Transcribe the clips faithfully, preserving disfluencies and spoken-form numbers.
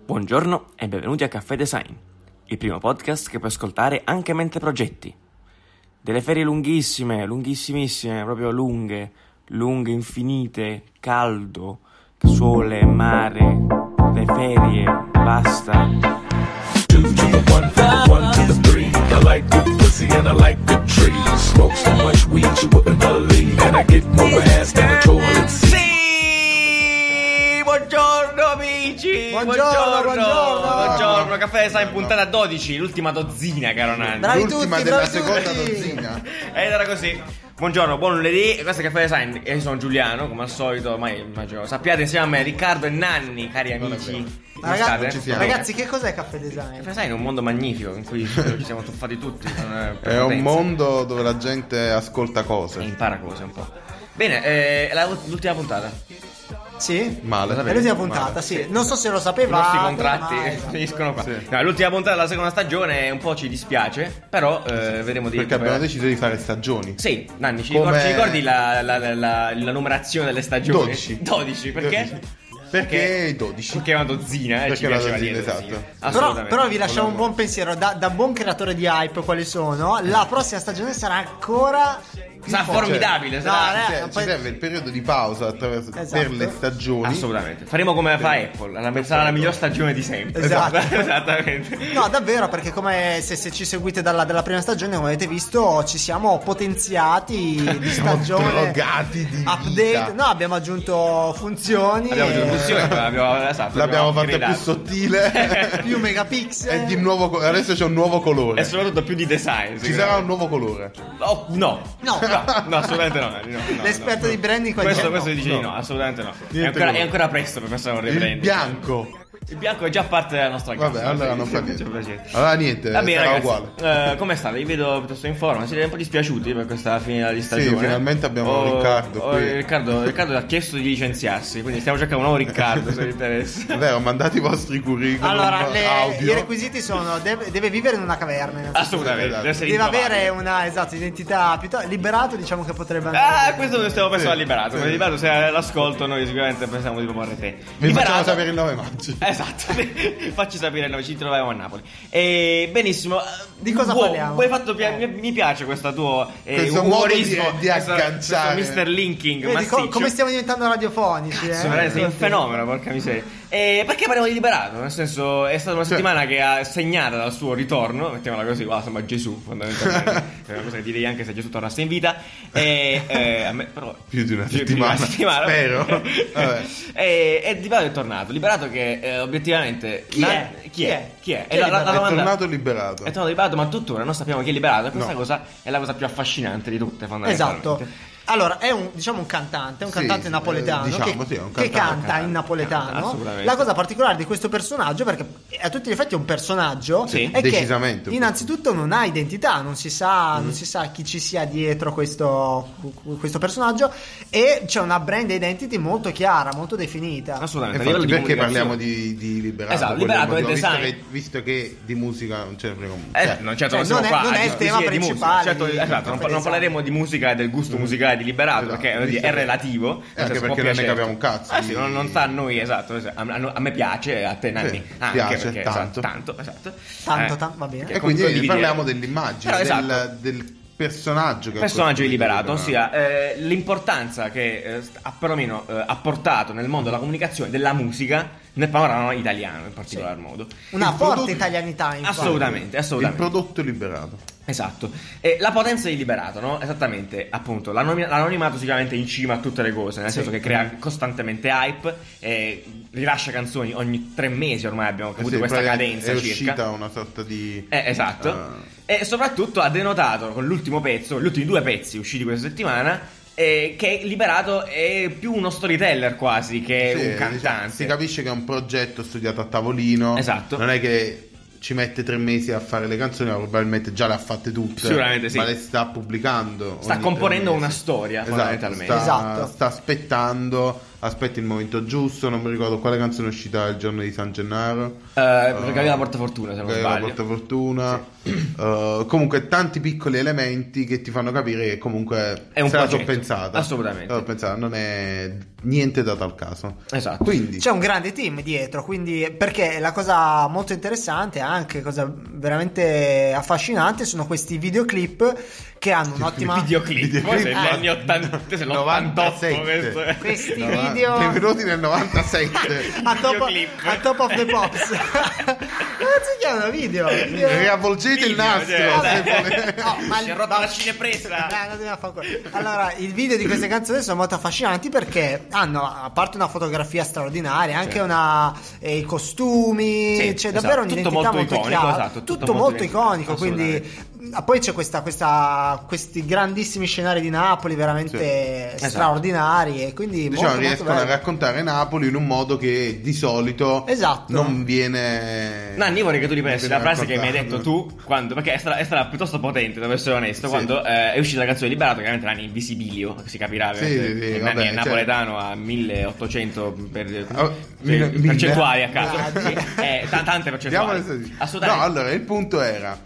Buongiorno e benvenuti a Caffè Design, il primo podcast che puoi ascoltare anche mentre progetti. Delle ferie lunghissime, lunghissimissime, proprio lunghe, lunghe, infinite, caldo, sole, mare, le ferie, basta. Two to the one, one to the three. I like good pussy and I like good trees. Smoke so much weed you wouldn't believe, and I get more ass than a toilet seat. Sì! Buongiorno amici! Buongiorno, buongiorno! Buongiorno, Caffè Design puntata dodici, l'ultima dozzina, caro Nanni. Bravi L'ultima tutti, della bravi seconda tutti. dozzina. Ed era così. Buongiorno, buon lunedì, questo è Caffè Design e io sono Giuliano, come al solito, ormai immagino sappiate, insieme a me Riccardo e Nanni, cari amici. Come Ragazzi, state? ci siamo. Ragazzi, che cos'è Caffè Design? Caffè Design è un mondo magnifico in cui ci siamo tuffati tutti. È un mondo dove la gente ascolta E cose. impara cose un po'. Bene, eh, la- l'ultima puntata. Sì? Male. È l'ultima puntata, sì. Non so se lo I sapevate. nostri contratti ma- finiscono qua. Sì. No, l'ultima puntata della seconda stagione un po' ci dispiace, però eh, vedremo di Perché abbiamo recuperare. deciso di fare stagioni. Sì, Nanni, ci Come- ricordi, ci ricordi la, la, la, la- la numerazione delle stagioni? dodici. dodici, perché? dodici. Perché dodici? Perché è una dozzina, eh, Perché ci è una piaceva dozzina, dire esatto. dozzina. Però, Assolutamente. però vi lasciamo un buon pensiero. Da, da buon creatore di hype, quali sono? La prossima stagione sarà ancora più Sarà forte. formidabile, No, sarà... eh, Cioè, non ci puoi- serve il periodo di pausa attraverso- Esatto. per le stagioni. Assolutamente. Faremo come fa Apple, la- sarà la miglior stagione di sempre. Esatto. Esattamente. No, davvero, perché come se, se ci seguite dalla, dalla prima stagione, come avete visto, ci siamo potenziati di Siamo stagione. drogati di Update. vita. No, abbiamo aggiunto funzioni. Abbiamo e- già funzione, abbiamo, esatto, L'abbiamo abbiamo fatta più upgradato. sottile. più megapixel. E di nuovo co- adesso c'è un nuovo E colore. soprattutto più di design. Ci sarà un nuovo colore. Oh, no. No. no, no, assolutamente no. no, no, L'esperto no. di branding qua Questo, dice questo no. dice di no, No. assolutamente no. È Niente ancora, colore. è ancora presto per pensare a un Il rebranding. bianco. Il bianco è già parte della nostra casa. Vabbè, allora non fa Ci niente. piace. Allora niente, Va bene, sarà ragazzi. uguale. Eh, come state? Vi vedo piuttosto in forma. Siete un po' dispiaciuti per questa fine di stagione? finalmente abbiamo Oh, Riccardo oh, qui. Riccardo, Riccardo ha chiesto di licenziarsi, quindi stiamo cercando un nuovo Riccardo se vi interessa. È vero, mandate i vostri curriculum Allora, le- audio. i requisiti sono: deve, deve vivere in una caverna. innanzitutto. Assolutamente, Esatto. deve essere Deve introvabile. avere una esatto, identità piuttosto liberato, diciamo che potrebbe andare. Ah, questo lo stiamo pensando Sì, a Liberato. sì. Ma Liberato, se l'ascolto, noi sicuramente pensiamo di proporre te. Vi facciamo sapere il nove maggio. Esatto, facci sapere dove ci troviamo a Napoli. E benissimo. Di cosa Wow, parliamo? vuoi fatto pi- mi, mi piace questo tuo eh, Questo modo di- umorismo, di questo- agganciare. questo mister Linking. Vedi co- massiccio. come stiamo diventando radiofonici, eh? Cazzo, veramente sei un fenomeno, porca miseria. E perché parliamo di Liberato? Nel senso, è stata una Cioè- settimana che ha segnata dal suo ritorno, mettiamola così, wow, sembra Gesù, fondamentalmente. È una cosa che direi anche se Gesù tornasse in vita. E eh, a me, però, Più di una più settimana, di una settimana. spero. Vabbè. e, e Liberato è tornato. Liberato che eh, obiettivamente. Chi na- è? Chi è? Chi è? Chi E è la- la- la Liberato? È domanda- tornato liberato. È tornato Liberato, ma tuttora non sappiamo chi è Liberato. E questa No. cosa è la cosa più affascinante di tutte, fondamentalmente. Esatto. Allora, è un, diciamo un cantante, un Sì, cantante napoletano eh, diciamo, che, sì, è un che cantante, canta canta, in napoletano. canta, assolutamente. La cosa particolare di questo personaggio, perché a tutti gli effetti è un personaggio, Sì, è decisamente. che innanzitutto non ha identità, non si sa, non si sa chi ci sia dietro questo, questo personaggio, e c'è una brand identity molto chiara, molto definita. Assolutamente. a Infatti, livello di perché parliamo comunicazione. di, di liberato? Esatto, Quello Liberato è il è motivo, design. visto che, visto che di musica non ce ne frega un Eh, cioè, non, certo, cioè, non siamo non è- qua non a è il discutere tema di musica. principale Certo, di- esatto, di non, Caffè non parleremo di musica e del gusto musicale di Liberato, Esatto, perché voglio dire, visto è che- relativo. nel anche senso, perché può non ne piacere. capiamo un cazzo Ah sì, di- non, non sta a noi, esatto. esatto. A, a- a me piace, a te Nanni. Sì, anche piace, perché, tanto. esatto, tanto, esatto. Tanto, Eh, tanto, va bene. che E quindi condividi- parliamo dell'immagine, Però, del, esatto. del personaggio che ha personaggio di costruito Liberato, ossia eh, l'importanza che eh, st- ha perlomeno eh, ha portato nel mondo della comunicazione, della musica, nel panorama italiano in particolar Sì. modo. Una il forte prodotto- italianità, infatti. Assolutamente, il assolutamente. prodotto liberato. Esatto. E la potenza di Liberato, no? Esattamente, appunto, l'anomi- l'anonimato sicuramente incima a tutte le cose, nel Sì. senso che crea costantemente hype, e rilascia canzoni ogni tre mesi ormai abbiamo avuto Sì, questa praticamente cadenza è circa. uscita una sorta di Eh, esatto. Ah. E soprattutto ha denotato con l'ultimo pezzo, gli ultimi due pezzi usciti questa settimana, eh, che Liberato è più uno storyteller quasi che Sì, un diciamo, cantante. si capisce che è un progetto studiato a tavolino. Esatto. Non è che ci mette tre mesi a fare le canzoni, ma probabilmente già le ha fatte tutte. Sicuramente sì. Ma le sta pubblicando. Sta ogni componendo tre mesi. una storia, Esatto, fondamentalmente. Sta, Esatto. sta aspettando aspetta il momento giusto, non mi ricordo quale canzone è uscita il giorno di San Gennaro. Eh, uh, Regali la portafortuna, se non Regali sbaglio. la portafortuna. Sì. Uh, comunque tanti piccoli elementi che ti fanno capire che comunque è un se la so progetto, pensata. assolutamente. So pensata, non è niente dato al caso. Esatto. Quindi c'è un grande team dietro, quindi perché la cosa molto interessante, anche cosa veramente affascinante, sono questi videoclip che hanno un'ottima videoclip, videoclip negli ah, anni ottanta, novantasette. questi Nova- video benvenuti nel novantasette. a top, videoclip. a top of the pops. Come si chiamano video? Riavvolgete il Video, nastro cioè, se volete. No, ma Si è rotta la cinepresa. Eh, non dobbiamo fare quello. Allora, i video di queste canzoni sono molto affascinanti perché hanno, a parte una fotografia straordinaria, anche Certo. una eh, i costumi, Sì, c'è esatto, davvero tutto un'identità molto molto, iconico, chiara, esatto, tutto, tutto molto molto iconico, quindi assolutamente. ah, poi c'è questa, questa questi grandissimi scenari di Napoli veramente Sì. straordinari e quindi Diciamo molto, riescono molto a bello. raccontare Napoli in un modo che di solito Esatto. non viene. Nanni, vorrei che tu riprendessi non la viene frase che mi hai detto raccontato. tu quando, perché è stata, è stata piuttosto potente, devo essere onesto, Sì. quando eh, è uscita la canzone di Liberato, chiaramente Nanni Invisibilio, si capirà, Sì, ovviamente, sì, e vabbè, Nanni è cioè- napoletano a milleottocento per, Oh, cioè, mille- mille. percentuali a caso, Ah, sì, eh, t- tante Diamo percentuali, le statistiche. assolutamente. No, allora il punto era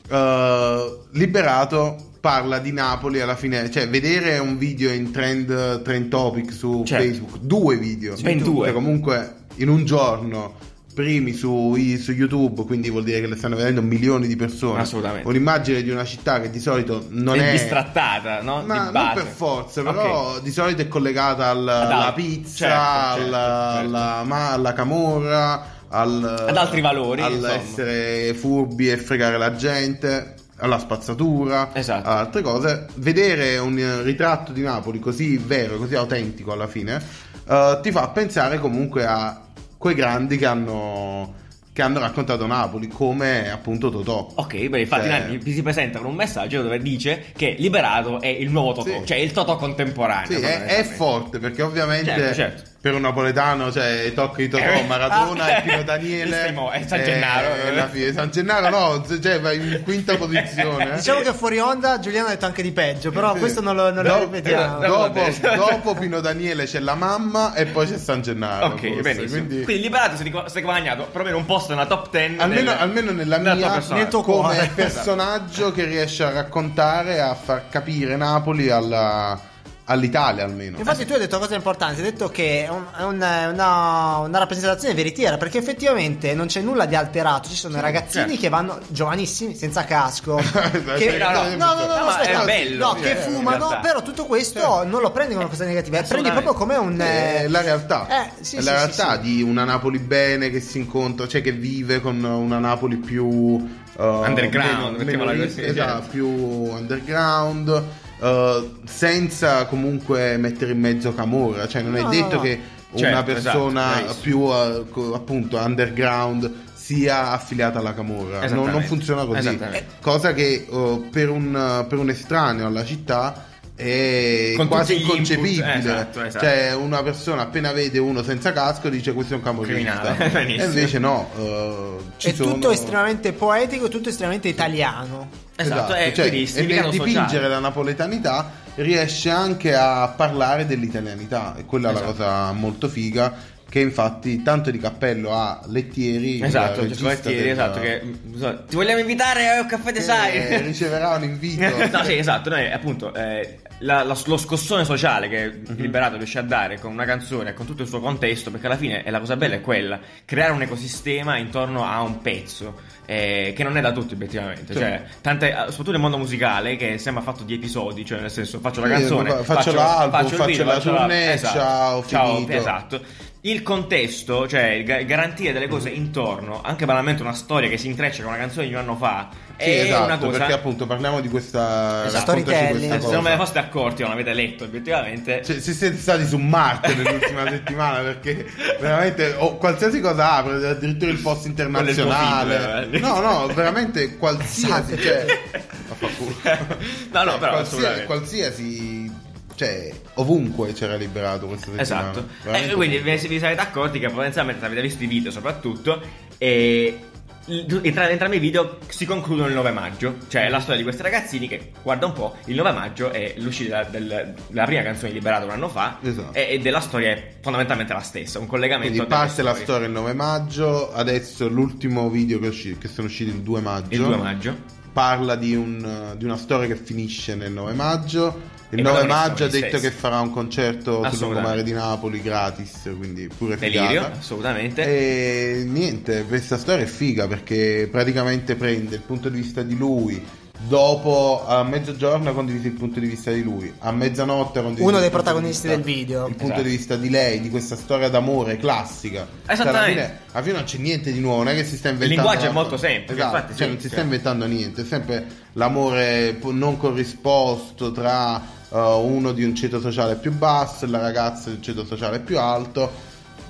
uh, Liberato parla di Napoli alla fine, cioè vedere un video in trend, trend topic su Certo. Facebook, due video, Ben due. Cioè, comunque in un giorno primi su, i- su YouTube, quindi vuol dire che le stanno vedendo milioni di persone. Assolutamente. Un'immagine di una città che di solito non è è bistrattata, no? ma di non base. per forza, Ok. però di solito è collegata al- alla altri. pizza, Certo, certo, alla, certo. alla, ma- alla camorra, al, Ad altri valori, insomma. all'essere furbi e fregare la gente, alla spazzatura, Esatto. a altre cose. Vedere un ritratto di Napoli così vero, così autentico alla fine, eh, ti fa pensare comunque a quei grandi che hanno che hanno raccontato Napoli, come appunto Totò. Ok, beh, infatti Eh. Nanni si presenta con un messaggio dove dice che Liberato è il nuovo Totò, Sì. cioè il Totò contemporaneo. Sì, è, è fondamentalmente. forte perché ovviamente Certo, certo. per un napoletano, cioè tocca di Totò, Eh, Maradona, ah, e Pino Daniele, Estremo, è San Gennaro. eh, la fine. San Gennaro no, cioè vai in quinta posizione. eh. Diciamo che fuori onda Giuliano ha detto anche di peggio, però Sì. questo non lo, non lo Do- ripetiamo. eh, dopo, Vabbè. dopo Pino Daniele c'è la mamma e poi c'è San Gennaro. Ok, forse, benissimo. quindi- Quindi, Liberato si è rico- si è guadagnato perlomeno un posto nella top dieci. Almeno, del- almeno nella della tua mia, persona. nel tuo come cuore. personaggio che riesce a raccontare, a far capire Napoli alla, all'Italia almeno. Infatti tu hai detto una cosa importante, hai detto che è, un- è un- è una, una rappresentazione veritiera, perché effettivamente non c'è nulla di alterato, ci sono ragazzini certo. che vanno giovanissimi, senza casco, Esatto, che, no, no, no, no, no, no, ma aspetta, è bello, no, sì, che in fumano, realtà. però tutto questo non lo prendi come una cosa negativa, prendi Assolutamente. proprio come un... È la realtà, Eh, sì, è sì, la sì, realtà sì. di una Napoli bene che si incontra, cioè che vive con una Napoli più uh, Underground, meno- mettiamola meno- così, esatto, certo. più underground, uh, senza comunque mettere in mezzo Camorra, cioè non No, è no, detto no. che Certo, una persona esatto, bravissimo. più uh, co- appunto underground sia affiliata alla Camorra, non, non Esattamente. funziona così, Esattamente. cosa che uh, per, un, per un estraneo alla città è Con quasi tutti gli input, inconcepibile. esatto, esatto. Cioè una persona appena vede uno senza casco dice questo è un camorrista Criminale, benissimo. e invece no, uh, ci È sono... tutto estremamente poetico, tutto estremamente italiano. Esatto, è cioè, quindi e significato nel dipingere sociale. la napoletanità riesce anche a parlare dell'italianità e quella è Esatto. la cosa molto figa, che infatti tanto di cappello a Lettieri, Esatto, il Giorgio regista Lettieri, del- esatto, che so, ti vogliamo invitare a un caffè che design. riceverà un invito. No, sì, esatto, noi appunto eh, la- la- lo scossone sociale che Liberato riesce a dare con una canzone, con tutto il suo contesto, perché alla fine è la cosa bella è quella, creare un ecosistema intorno a un pezzo eh, che non è da tutti obiettivamente, Sì. cioè tante, soprattutto nel mondo musicale che sembra fatto di episodi, cioè nel senso faccio la Sì, canzone, fa- faccio l'album, il faccio video, la faccio la- tournée, esatto, ciao, ciao, finito. esatto. Il contesto, cioè il ga- garantire delle cose intorno, anche banalmente una storia che si intreccia con una canzone di un anno fa, Sì, è esatto, una cosa. perché appunto parliamo di questa Esatto. raccontaci Storytelling. questa Se non me ne cosa. foste accorti o non avete letto obiettivamente, Cioè, se siete stati su Marte nell'ultima settimana, perché veramente o qualsiasi cosa apre, addirittura il post internazionale. Quello è il tuo feed, No, no, veramente qualsiasi, Esatto. cioè, vaffanculo. no, no, però qualsiasi, assolutamente. qualsiasi, cioè, ovunque c'era Liberato questa settimana. Esatto. Veramente Eh, quindi ovunque. vi, vi sarete accorti che potenzialmente avete visto i video soprattutto e Entra- entrambi i video si concludono il nove maggio, cioè la storia di questi ragazzini che, guarda un po', il nove maggio è l'uscita del, della prima canzone di Liberato un anno fa, esatto. e, e della storia è fondamentalmente la stessa, un collegamento. Quindi parte la storia il nove maggio, adesso l'ultimo video che, usci- che sono usciti il due maggio, il due maggio parla di, un, di una storia che finisce nel nove maggio. Il E nove protagonista maggio ha sono gli detto stessi. che farà un concerto sul lungomare Assolutamente. di Napoli gratis, quindi pure Delirio, figata. assolutamente. E niente, questa storia è figa perché praticamente prende il punto di vista di lui. Dopo a mezzogiorno ha condiviso il punto di vista di lui, a mezzanotte ha condiviso Uno il dei punto di protagonisti vista- del video. il punto Esatto. di vista di lei, di questa storia d'amore classica. Cioè, alla, Esattamente. fine, alla fine non c'è niente di nuovo, non è che si sta inventando. linguaggio è una- molto semplice, esatto, infatti, cioè sì, non si sì. sta inventando niente, è sempre l'amore po- non corrisposto tra uh, uno di un ceto sociale più basso e la ragazza di un ceto sociale più alto,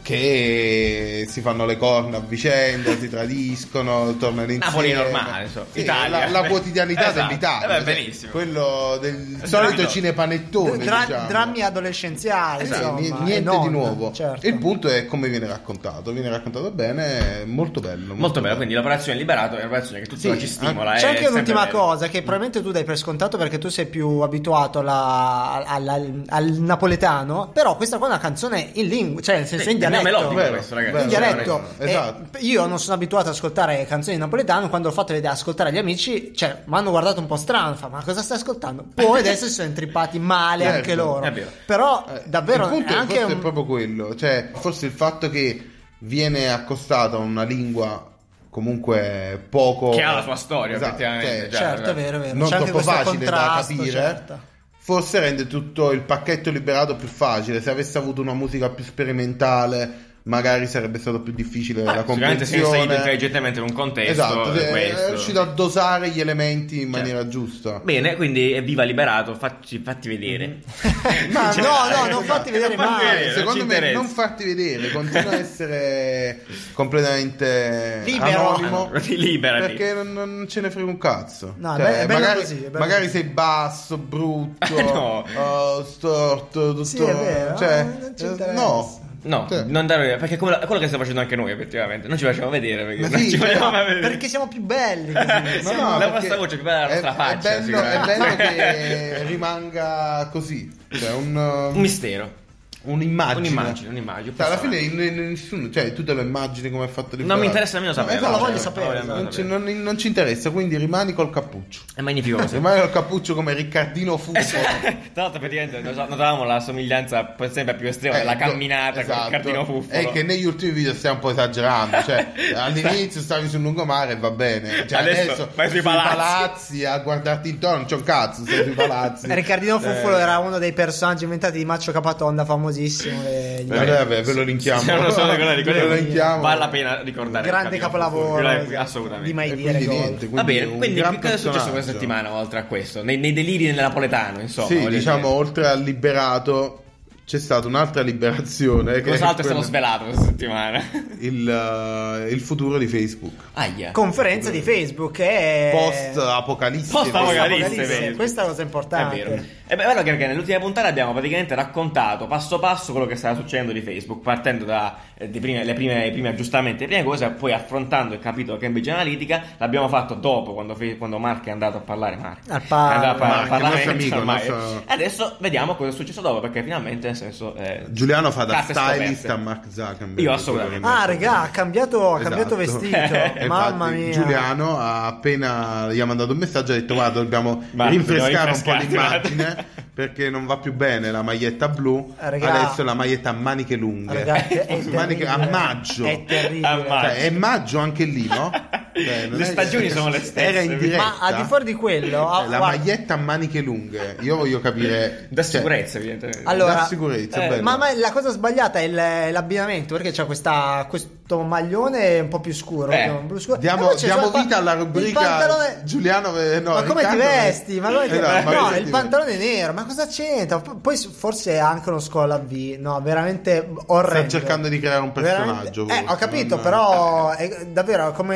che si fanno le corna a vicenda, si tradiscono, tornano insieme. Napoli è normale, so. Sì, Italia. la, la quotidianità Esatto. dell'Italia, Eh beh, cioè, benissimo. quello del Drammi- solito cinepanettone, Dra- diciamo. drammi adolescenziali, Sì, insomma, ni- e niente non, di nuovo. certo. Il punto è come viene raccontato. Viene raccontato bene, è molto bello. Molto, Molto bello, quindi l'operazione Liberato è un'operazione che tuttora Sì, ci stimola. C'è è anche sempre un'ultima bello. cosa che probabilmente tu dai per scontato perché tu sei più abituato alla- alla- al napoletano, però questa qua è una canzone in lingua, cioè nel senso Sì, in è dialetto. melodico Vero, questo, ragazzi. vero, In dialetto. vero, esatto. E io non sono abituato ad ascoltare canzoni in napoletano, quando l'ho fatto vedere ascoltare agli amici, cioè mi hanno guardato un po' strano, fa, ma cosa stai ascoltando? Poi adesso si sono intrippati male Certo, anche loro. è vero. Però Eh, davvero il punto è è, anche forse un... è proprio quello, cioè forse il fatto che viene accostata a una lingua comunque poco Che ha la sua storia, esatto, effettivamente, cioè, già. Certo, è vero, è vero. non C'è anche troppo questo facile da contrasto, capire, certo. forse rende tutto il pacchetto Liberato più facile. Se avesse avuto una musica più sperimentale magari sarebbe stato più difficile Ah, la sicuramente si è comprensione. inserito intelligentemente in un contesto. Esatto, è è, questo. è riuscito a dosare gli elementi in maniera Certo. giusta. Bene, quindi evviva Liberato, facci, fatti vedere. Ma Cioè, no, no, non fatti vedere non fatti mai. vedere. Secondo ci me interessa. non farti vedere, continua a essere completamente Libero. anonimo, Ah, no, liberati. perché non, non ce ne frega un cazzo. No, è Cioè, be- è bello magari, così, è bello magari così. sei basso, brutto, No. oh, storto, tutto, Sì, è vero, cioè, non ci eh, interessa. no. No, Cioè, non dare, perché è come- è quello che stiamo facendo anche noi, effettivamente. Non ci facciamo vedere perché Ma non sì, ci cioè, vogliamo no, vedere. Perché siamo più belli così. No, Siamo- no, la perché vostra voce è più bella della è- nostra faccia, È bello, è sicuramente. bello che rimanga così, cioè un, Un mistero. un'immagine. Un'immagine, un'immagine. Cioè, alla fine in- in- nessuno, cioè tu te lo immagini come è fatto Non mi interessa nemmeno sapere. No, lo voglio Cioè, sapere, voglio esatto. Non ci, sapere. non- non ci interessa, quindi rimani col cappuccio. È magnifico così. Rimani col cappuccio come Riccardino Fuffo. Tra l'altro, praticamente notavamo la somiglianza poi sempre più estrema della Ecco, camminata con il cardino Fuffolo. È che negli ultimi video stiamo un po' esagerando. Cioè, all'inizio stavi sul lungomare e va bene. Cioè, Adesso adesso, vai sui palazzi. palazzi a guardarti intorno, non c'è un cazzo, sei sui palazzi. Riccardino Fuffolo Eh, era uno dei personaggi inventati di Maccio Capatonda, famosissimo. e gli- Vabbè, vabbè, ve lo linkiamo. Se non lo so ricordare, Ve lo linkiamo. vale la pena ricordare. Grande il Cardino capolavoro, Fuffolo. esatto. Assolutamente. Di mai E dire quindi gol. niente, Va bene, un quindi gran che cosa è successo personaggio. questa settimana oltre a questo? Nei, nei deliri del napoletano, insomma. Sì, voglio diciamo, dire. oltre al liberato c'è stata un'altra liberazione. Che Cos'altro è quella- stato svelato questa settimana? il, eh, il futuro di Facebook. Aia. Conferenza di Facebook che è Post apocalisse. Post apocalisse, Apocalisse, Facebook. questa è una cosa È importante. vero. E beh, bello che perché nell'ultima puntata abbiamo praticamente raccontato passo passo quello che stava succedendo di Facebook, partendo da eh, dei prime, le prime, i primi aggiustamenti, le prime cose, poi affrontando il capitolo Cambridge Analytica. L'abbiamo fatto dopo, quando, fe- quando Mark è andato a parlare. Mark Al par- è andato a Mark, parlare il nostro amico, ormai. il nostro- E adesso vediamo cosa è successo dopo, perché finalmente, nel senso, eh, Giuliano fa da carte stylist scoperte. a Mark Zuckerberg. Io assolutamente. Ah, regà, ha cambiato, ha cambiato Esatto. vestito. E Mamma infatti mia. Giuliano ha appena gli ha mandato un messaggio, ha detto guarda dobbiamo Ma rinfrescare un po' dobbiamo rinfrescare. l'immagine perché non va più bene la maglietta blu, Eh, regà. adesso la maglietta a maniche lunghe. Ragazzi, è Maniche- a terribile. maggio. È terribile. A maggio. Cioè, è maggio anche lì, no? Cioè, non Le è- stagioni sono le stesse. Era in diretta. Ma al di fuori di quello, ah, Eh, la guarda- maglietta a maniche lunghe, io voglio capire Da cioè, sicurezza, evidentemente. Allora, da sicurezza, eh, bello. Ma, ma la cosa sbagliata è il- l'abbinamento, perché c'è questa, questo maglione un po' più scuro. Eh, un blu scuro. Diamo, E poi c'è diamo il pa- vita alla il rubrica pantalone- Giuliano. eh, no, ma come ti Riccardo- vesti? Ma come ti... Esatto, ma no, come il ti pantalone nero, ma cosa c'entra? P- Poi forse è anche uno scolla V. No, veramente orrendo. Sta cercando di creare un personaggio, Veramente- Eh, ho forse, capito, non- però è davvero come quelli della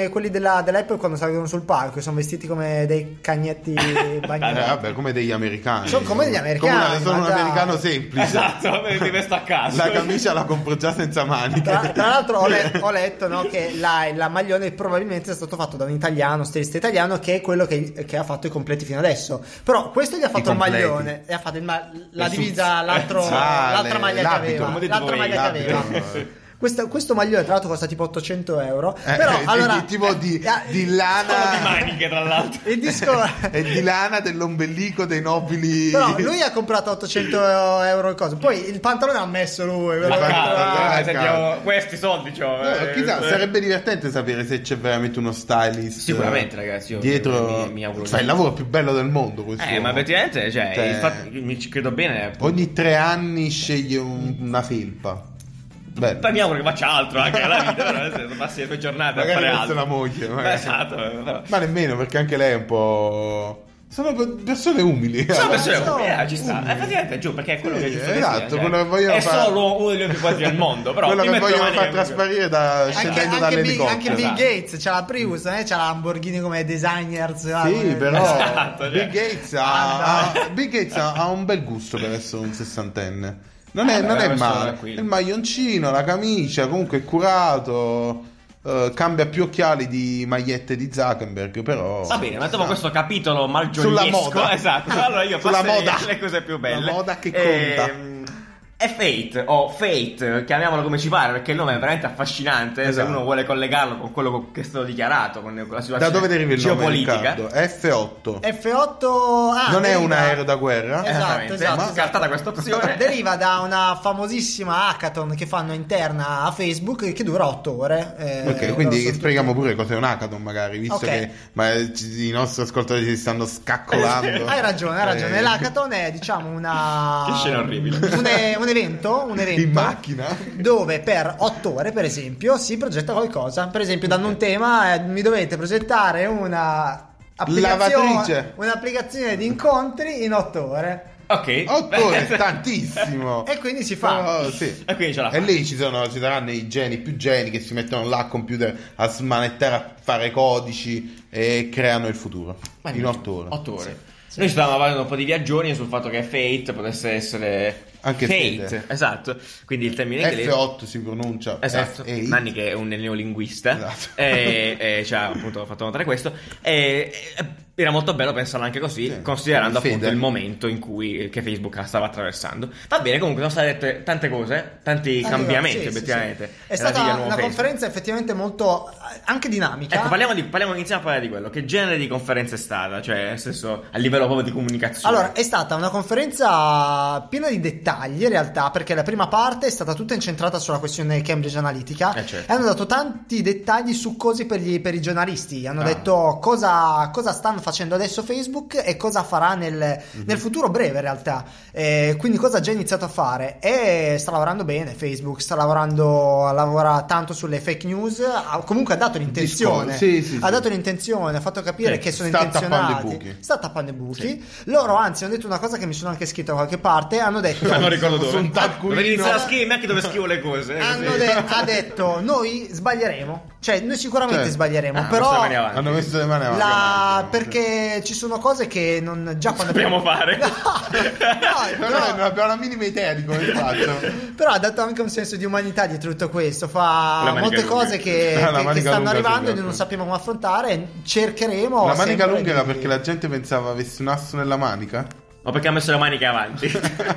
della, dell'Apple quando salgono sul palco, sono vestiti come dei cagnetti Eh, bagnati. vabbè, come degli americani. Sono come degli americani, Come una- sono ma un dai. americano semplice. Esatto, mi vesto a caso. La camicia la compro già senza maniche. Tra, tra l'altro ho, le- ho letto, no, che la, la maglione probabilmente è stato fatto da un italiano, stilista italiano, che è quello che, che ha fatto i completi fino adesso. Però questo gli ha fatto il completi. maglione e ha fatto il ma- la Le divisa, sus- l'altro, Ah, l'altra le- maglia che l'abito, aveva. come dite L'altra voi, maglia che l'abito. aveva. Questo, questo maglione tra l'altro costa tipo ottocento euro. Eh, Però eh, allora di- tipo di, eh, di Sono di lana. maniche, tra l'altro. il discorso E di lana dell'ombelico dei nobili. però lui ha comprato ottocento euro il coso. Poi il pantalone ha messo lui. quello A che- caso, Ah, eh, sentiamo, questi soldi c'ho. Eh, eh, chissà, eh. sarebbe divertente sapere se c'è veramente uno stylist. Sicuramente, eh, ragazzi, io dietro. mi- mi auguro Fai di- il lavoro più bello del mondo. Questo. Eh, ma effettivamente, cioè, Cioè- il fatto, mi ci credo bene. Ogni tre anni sceglie un- una felpa. Bello. Poi mi auguro che faccia altro anche nella vita, però nel senso, passi le tue giornate Magari a fare questa altro. è la moglie, magari. Esatto, però. Ma nemmeno, perché anche lei è un po'. Sono persone umili. Sono persone sono umili, eh, ci sta. umili. Effettivamente è giù perché è quello Sì, che è giusto. esatto, che sia, quello che vogliono è fare- solo uno degli più forti del mondo. Però Quello mi che metto vogliono le mani far nel- trasparire da, Anche, scendendo anche, Bill, dall'elicottero. anche Bill Esatto. Gates c'ha la Prius, eh? C'ha la Lamborghini come designers. Sì, eh, però Esatto, cioè. Bill Gates, ha, ha- Bill Gates ha, ha un bel gusto per essere un sessantenne. Non è, Eh, non beh, è questo male. tranquillo. Il maglioncino, la camicia, comunque è curato. eh, cambia più occhiali di magliette di Zuckerberg, però. Va bene, ma dopo sta. questo capitolo Sulla malgioniesco, moda. esatto. Allora io Sulla passerei moda. alle cose più belle. La moda che conta. Ehm, È Fate o Fate, chiamiamolo come ci pare, perché il nome è veramente affascinante. Esatto. Se uno vuole collegarlo con quello che è stato dichiarato, con la situazione Da dove deriva il nome, geopolitica. Riccardo? F otto. F otto ah, non è deriva- un aereo da guerra? Esatto, Esattamente. esatto, Ma esatto. scartata questa opzione. Deriva da una famosissima hackathon che fanno interna a Facebook che dura otto ore. eh, Ok, loro quindi sono spieghiamo pure cos'è un hackathon, magari, visto Ok. che ma, i nostri ascoltatori si stanno scaccolando. Hai ragione, hai ragione. Eh, L'hackathon è, diciamo, una. Che scena orribile. Un, e- un evento, un evento In macchina? dove per otto ore, per esempio, si progetta qualcosa. Per esempio, danno un tema, eh, mi dovete progettare una applicazione, Lavatrice. un'applicazione di incontri in otto ore. Ok. otto ore è tantissimo. E quindi si fa. Però, sì. E quindi ce la fa. E lì ci, sono, ci saranno i geni più geni che si mettono là al computer a smanettare, a fare codici e creano il futuro in otto ore. otto ore. Noi ci stavamo parlando un po' di viaggioni sul fatto che Fate potesse essere Anche Fate, fede. esatto. Quindi il termine inglese F otto si pronuncia Esatto, F otto. Nanni che è un neolinguista Esatto. e, e ci ha appunto fatto notare questo e, e era molto bello pensarlo anche così, Sì, considerando fede. appunto il momento in cui che Facebook stava attraversando. Va bene, comunque sono state dette tante cose, tanti Allora, cambiamenti sì, sì, obiettivamente. sì. È relativi stata al nuovo una Facebook. conferenza effettivamente molto eh, anche dinamica. Ecco, parliamo di, parliamo, iniziamo a parlare di quello. Che genere di conferenza è stata? Cioè, nel senso, a livello proprio di comunicazione. Allora, è stata una conferenza piena di dettagli in realtà, perché la prima parte è stata tutta incentrata sulla questione Cambridge Analytica Eh, certo. e hanno dato tanti dettagli su cose per, gli- per i giornalisti. Hanno Ah. detto cosa, cosa stanno facendo adesso Facebook e cosa farà nel, Mhm. nel futuro breve in realtà. Eh, quindi cosa ha già iniziato a fare. E sta lavorando bene Facebook, sta lavorando, lavora tanto sulle fake news, ha- comunque ha dato l'intenzione. Discorso, sì, sì, ha sì. dato l'intenzione, ha fatto capire Sì, che sono sta tappando i intenzionati. buchi. Sta tappando i buchi. Loro anzi hanno detto una cosa che mi sono anche scritto da qualche parte. Hanno detto non ricordo dove. Su un taccuino. Dove iniziare a scrivere, anche dove scrivo le cose. eh, hanno così. de- ha detto noi sbaglieremo. Cioè noi sicuramente Certo. sbaglieremo. Ah, però messo le mani avanti. Hanno messo le mani avanti. la- perché ci sono cose che non già quando sappiamo fare. No, No, no, no, però, non abbiamo la minima idea di come faccio. però ha dato anche un senso di umanità dietro tutto questo. La Fa manica molte lunga. cose che, La che- che manica stanno lunga, arrivando sì, e noi non sì. sappiamo come affrontare. Cercheremo. La manica sempre lunga era di- perché la gente pensava avesse un asso nella manica? O perché ha messo le maniche avanti.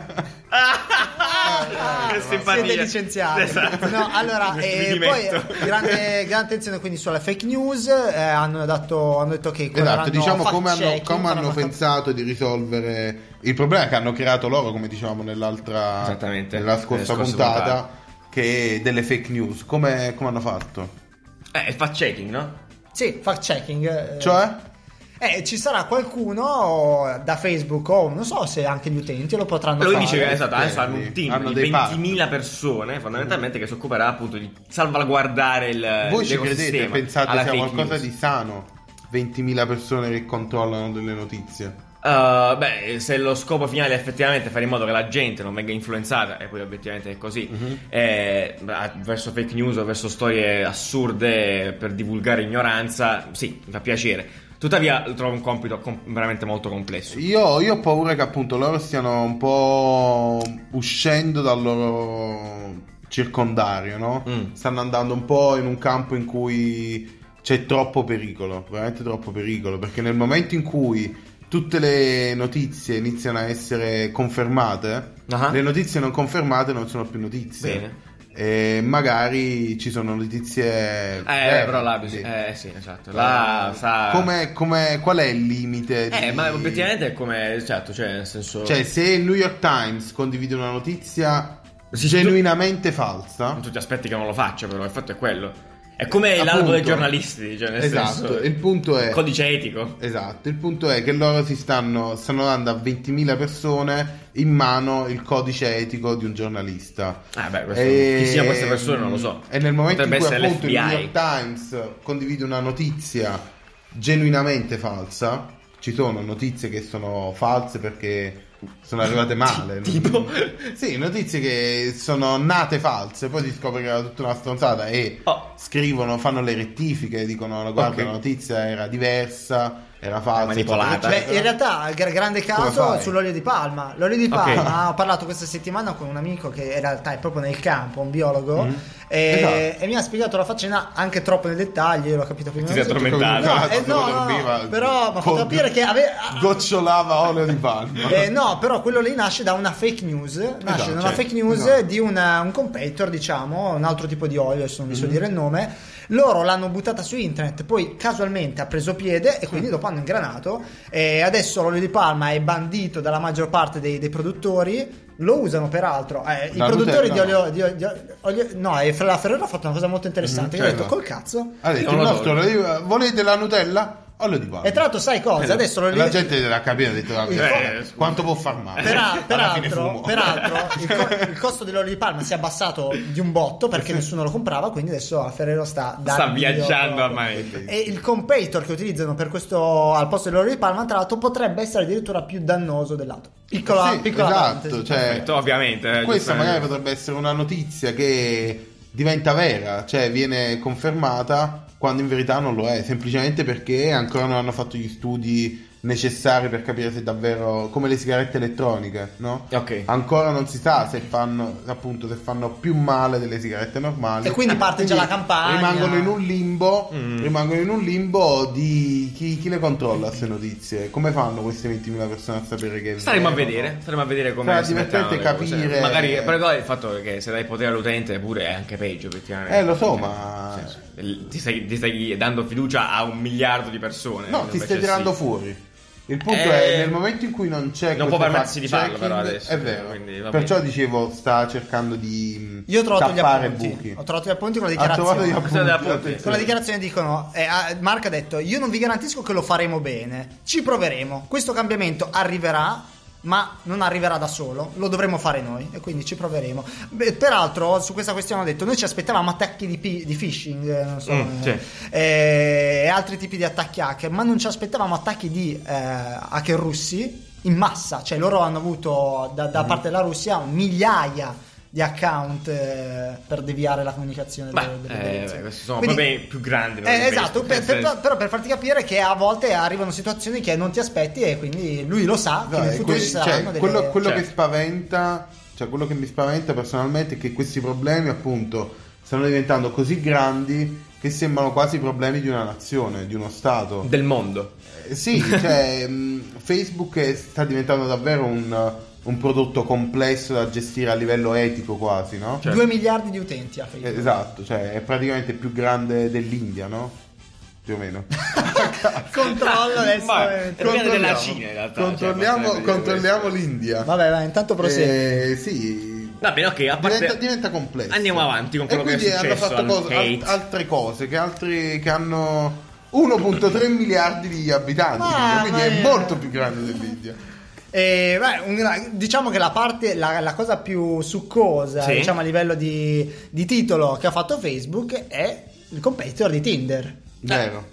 Ah, Che simpatia. siete licenziati. Esatto. No, allora, Mi eh, dimetto. poi grande, grande attenzione quindi sulla fake news. Eh, hanno, dato, hanno detto che Esatto, faranno diciamo fact come hanno, checking, come faranno hanno fact- pensato di risolvere il problema che hanno creato loro, come dicevamo nell'altra Esattamente. nella scorsa Nelle scorse puntata, puntate. che è delle fake news. Come, come hanno fatto? Eh, il fact checking, no? Sì, fact checking. eh, Cioè? Eh, ci sarà qualcuno da Facebook o non so se anche gli utenti lo potranno Lui fare. dice che esatto, adesso ok, hanno un team hanno di dei ventimila persone fondamentalmente che si occuperà appunto di salvaguardare il Voi ci l'ecosistema credete? Pensate alla sia fake qualcosa news. di sano? ventimila persone che controllano delle notizie. Uh, beh, se lo scopo finale è effettivamente fare in modo che la gente non venga influenzata, e poi obiettivamente è così, uh-huh. eh, verso fake news o verso storie assurde per divulgare ignoranza, sì, mi fa piacere. Tuttavia trovo un compito com- veramente molto complesso. Io, io ho paura che appunto loro stiano un po' uscendo dal loro circondario, no? Mm. Stanno andando un po' in un campo in cui c'è troppo pericolo, veramente troppo pericolo, perché nel momento in cui tutte le notizie iniziano a essere confermate, uh-huh. le notizie non confermate non sono più notizie. Bene. E magari ci sono notizie eh vere, però là bisogna, eh sì, esatto, là sa... come, come, qual è il limite eh di... ma obiettivamente è come, certo, cioè nel senso, cioè se il New York Times condivide una notizia sì, genuinamente tu... falsa, tu ti aspetti che non lo faccia, però il fatto è quello. È come appunto, l'albo dei giornalisti, cioè nel esatto, senso, il punto è codice etico. Esatto, il punto è che loro si stanno stanno dando a ventimila persone in mano il codice etico di un giornalista. Ah beh, questo, e... chi sia queste persone non lo so. E nel momento potrebbe in cui appunto l'F B I. il New York Times condivide una notizia genuinamente falsa, ci sono notizie che sono false perché sono arrivate male, tipo sì, notizie che sono nate false, poi si scopre che era tutta una stronzata e oh. scrivono, fanno le rettifiche, dicono guarda okay. la notizia era diversa, era falsa, manipolata. Beh, in realtà grande caso sull'olio di palma. L'olio di palma okay. ho parlato questa settimana con un amico che in realtà è proprio nel campo, un biologo, mm-hmm. e, esatto. e mi ha spiegato la faccenda anche troppo nei dettagli. Io l'ho capito prima. Ti sei addormentato. No, eh, no, no, no, però mi ha fatto capire che aveva gocciolava olio di palma. Eh, no, però quello lì nasce da una fake news. Nasce esatto, da una cioè, fake news esatto. di una, un competitor, diciamo, un altro tipo di olio, adesso non vi so mm-hmm. dire il nome. Loro l'hanno buttata su internet, poi casualmente ha preso piede e quindi dopo hanno ingranato. E adesso l'olio di palma è bandito dalla maggior parte dei, dei produttori. Lo usano peraltro eh, i produttori Nutella, di olio, no. Di, di, olio no, e la Ferrero ha fatto una cosa molto interessante. Mm-hmm, che certo. ha detto col cazzo ha detto, il nostro, volete la Nutella? Olio di palma. E tra l'altro sai cosa? Eh, Adesso lo la gente l'ha capito, ha detto eh, quanto può far male. Per, peraltro, peraltro il, co- il costo dell'olio di palma si è abbassato di un botto perché nessuno lo comprava, quindi adesso la Ferrero sta sta viaggiando ormai. E il competitor che utilizzano per questo al posto dell'olio di palma, tra l'altro, potrebbe essere addirittura più dannoso dell'altro. Piccola, sì, piccola esatto, cioè, perfetto, ovviamente. Questa magari potrebbe essere una notizia che diventa vera, cioè viene confermata quando in verità non lo è, semplicemente perché ancora non hanno fatto gli studi necessari per capire se davvero, come le sigarette elettroniche, no? Okay. Ancora non si sa se fanno, appunto, se fanno più male delle sigarette normali. E quindi parte quindi già la campagna. Rimangono in un limbo, mm. rimangono in un limbo di chi, chi le controlla queste notizie? Come fanno queste ventimila persone a sapere che staremo a vedere, staremo a vedere come sarà divertente capire cose. Magari però il fatto è che se dai potere all'utente pure è anche peggio effettivamente. Eh lo so, ma ti stai, ti stai dando fiducia a un miliardo di persone. No, ti stai tirando fuori. Il punto eh, è nel momento in cui non c'è, non può permettersi di farlo però adesso. È vero. Quindi, perciò dicevo sta cercando di Io ho trovato tappare gli appunti. buchi. Ho trovato gli appunti con la dichiarazione. Gli appunti, appunti. Con la dichiarazione dicono eh, Mark ha detto io non vi garantisco che lo faremo bene. Ci proveremo. Questo cambiamento arriverà, ma non arriverà da solo, lo dovremo fare noi e quindi ci proveremo. Beh, peraltro su questa questione ho detto noi ci aspettavamo attacchi di, p- di phishing eh, non so, mm, eh, sì. e altri tipi di attacchi hacker, ma non ci aspettavamo attacchi di eh, hacker russi in massa, cioè loro hanno avuto da, da mm. parte della Russia migliaia di account eh, per deviare la comunicazione. Beh, delle, delle eh, questi sono quindi, proprio più grandi. Eh, esatto, per, per, però per farti capire che a volte arrivano situazioni che non ti aspetti e quindi lui lo sa che no, nel futuro que- ci saranno cioè, delle... quello, quello certo. che spaventa, cioè quello che mi spaventa personalmente è che questi problemi appunto stanno diventando così grandi che sembrano quasi problemi di una nazione, di uno stato, del mondo. Eh, sì, cioè mh, Facebook è, sta diventando davvero un un prodotto complesso da gestire a livello etico quasi, no? Certo. Due miliardi di utenti a Facebook. Esatto, cioè è praticamente più grande dell'India, no? Più o meno. Controllo adesso. Ma è più grande della Cina in realtà. Controlliamo, cioè, controlliamo l'India. Vabbè, vai, intanto prosegui. Eh, sì. Va bene, ok, a parte... diventa, diventa complesso. Andiamo avanti con quello e che è successo. E quindi hanno fatto cose, al, altre cose che altri che hanno uno virgola tre miliardi di abitanti, Ma, quindi è, è molto più grande dell'India. E, beh, un, diciamo che la parte la, la cosa più succosa, sì, diciamo a livello di, di titolo che ha fatto Facebook è il competitor di Tinder. Vero.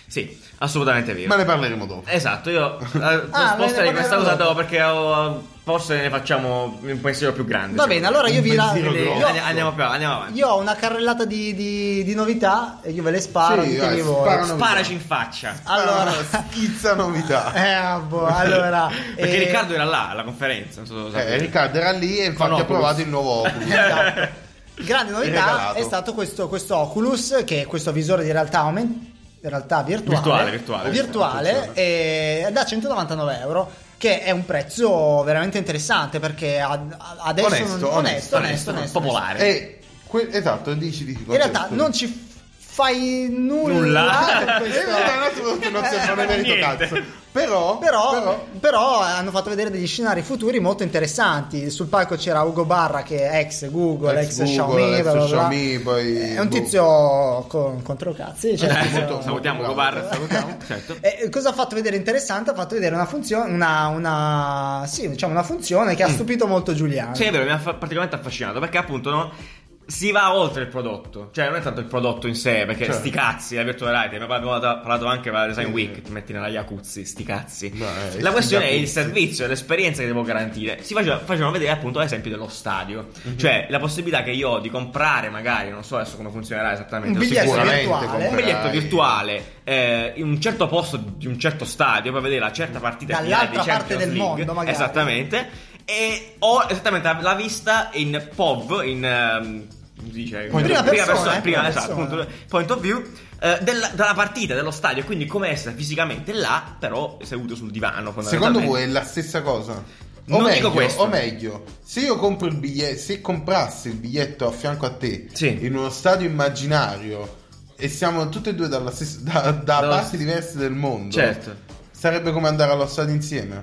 Sì, assolutamente vero. Ma ne parleremo dopo. Esatto, io eh, Ah, sposterei ne questa cosa parleremo dopo perché ho, forse ne facciamo un pensiero più grande. Va bene, allora io vi la... pensiero Quindi, grosso. andiamo, andiamo, più- andiamo avanti. Io ho una carrellata di, di, di novità e io ve le sparo. Sì, ditevi vai, voi. sparano. Sparaci in faccia. Allora, Ah, schizza novità. eh, boh, allora Perché eh, Riccardo era là alla conferenza. Non so se lo Eh, sapete. Riccardo era lì e infatti ha Oculus. provato il nuovo Oculus. esatto. Grande novità Regalato. è stato questo, questo Oculus, che è questo visore di realtà aumentata, in realtà virtuale, Virtuale, virtuale. virtuale, e da centonovantanove euro, che è un prezzo veramente interessante perché ad- adesso Onesto, non, onesto, onesto, onesto, popolare. E que- esatto, dici di in realtà non ci f- fai nulla, Nulla. per Eh, questo. no, no, non si non è merito Niente. cazzo. Però, Però, però però hanno fatto vedere degli scenari futuri molto interessanti. Sul palco c'era Ugo Barra, che è ex Google, ex, ex Xiaomi, Google, ex bla bla bla. Xiaomi, poi è un boh. tizio con, contro cazzi, cioè, Eh, tizio- salutiamo bravo. Gobar. Salutiamo. Certo. E cosa ha fatto vedere interessante? Ha fatto vedere una funzione, una, una, sì, diciamo una funzione che ha stupito molto Giuliano. Sì, è vero, mi ha fa- particolarmente affascinato perché appunto no, si va oltre il prodotto, cioè non è tanto il prodotto in sé, perché Certo. sti cazzi, la virtual reality, ne abbiamo parlato anche per la Design Week, ti metti nella jacuzzi, sti cazzi. No, eh, la questione è sti il jacuzzi. servizio e l'esperienza che devo garantire. Si faceva, facevano vedere appunto l'esempio dello stadio, Mhm. cioè la possibilità che io ho di comprare magari, non so adesso come funzionerà esattamente, Un lo biglietto sicuramente, virtuale. un comprerai. biglietto virtuale eh, in un certo posto di un certo stadio per vedere la certa partita Dall'altra di parte Champions del League. mondo, magari. Esattamente. E ho esattamente la vista in P O V, in ehm, come si dice? Prima persona, eh, prima, prima esatto, persona. appunto, point of view eh, della, della partita, dello stadio, quindi come essere fisicamente là, però seduto sul divano. secondo fondamentalmente. voi è la stessa cosa? O Non meglio, dico questo. o meglio, se io compro il biglietto, se comprassi il biglietto a fianco a te Sì. in uno stadio immaginario e siamo tutti e due dalla stessa, da, da Dallo- parti diverse del mondo, Certo. sarebbe come andare allo stadio insieme.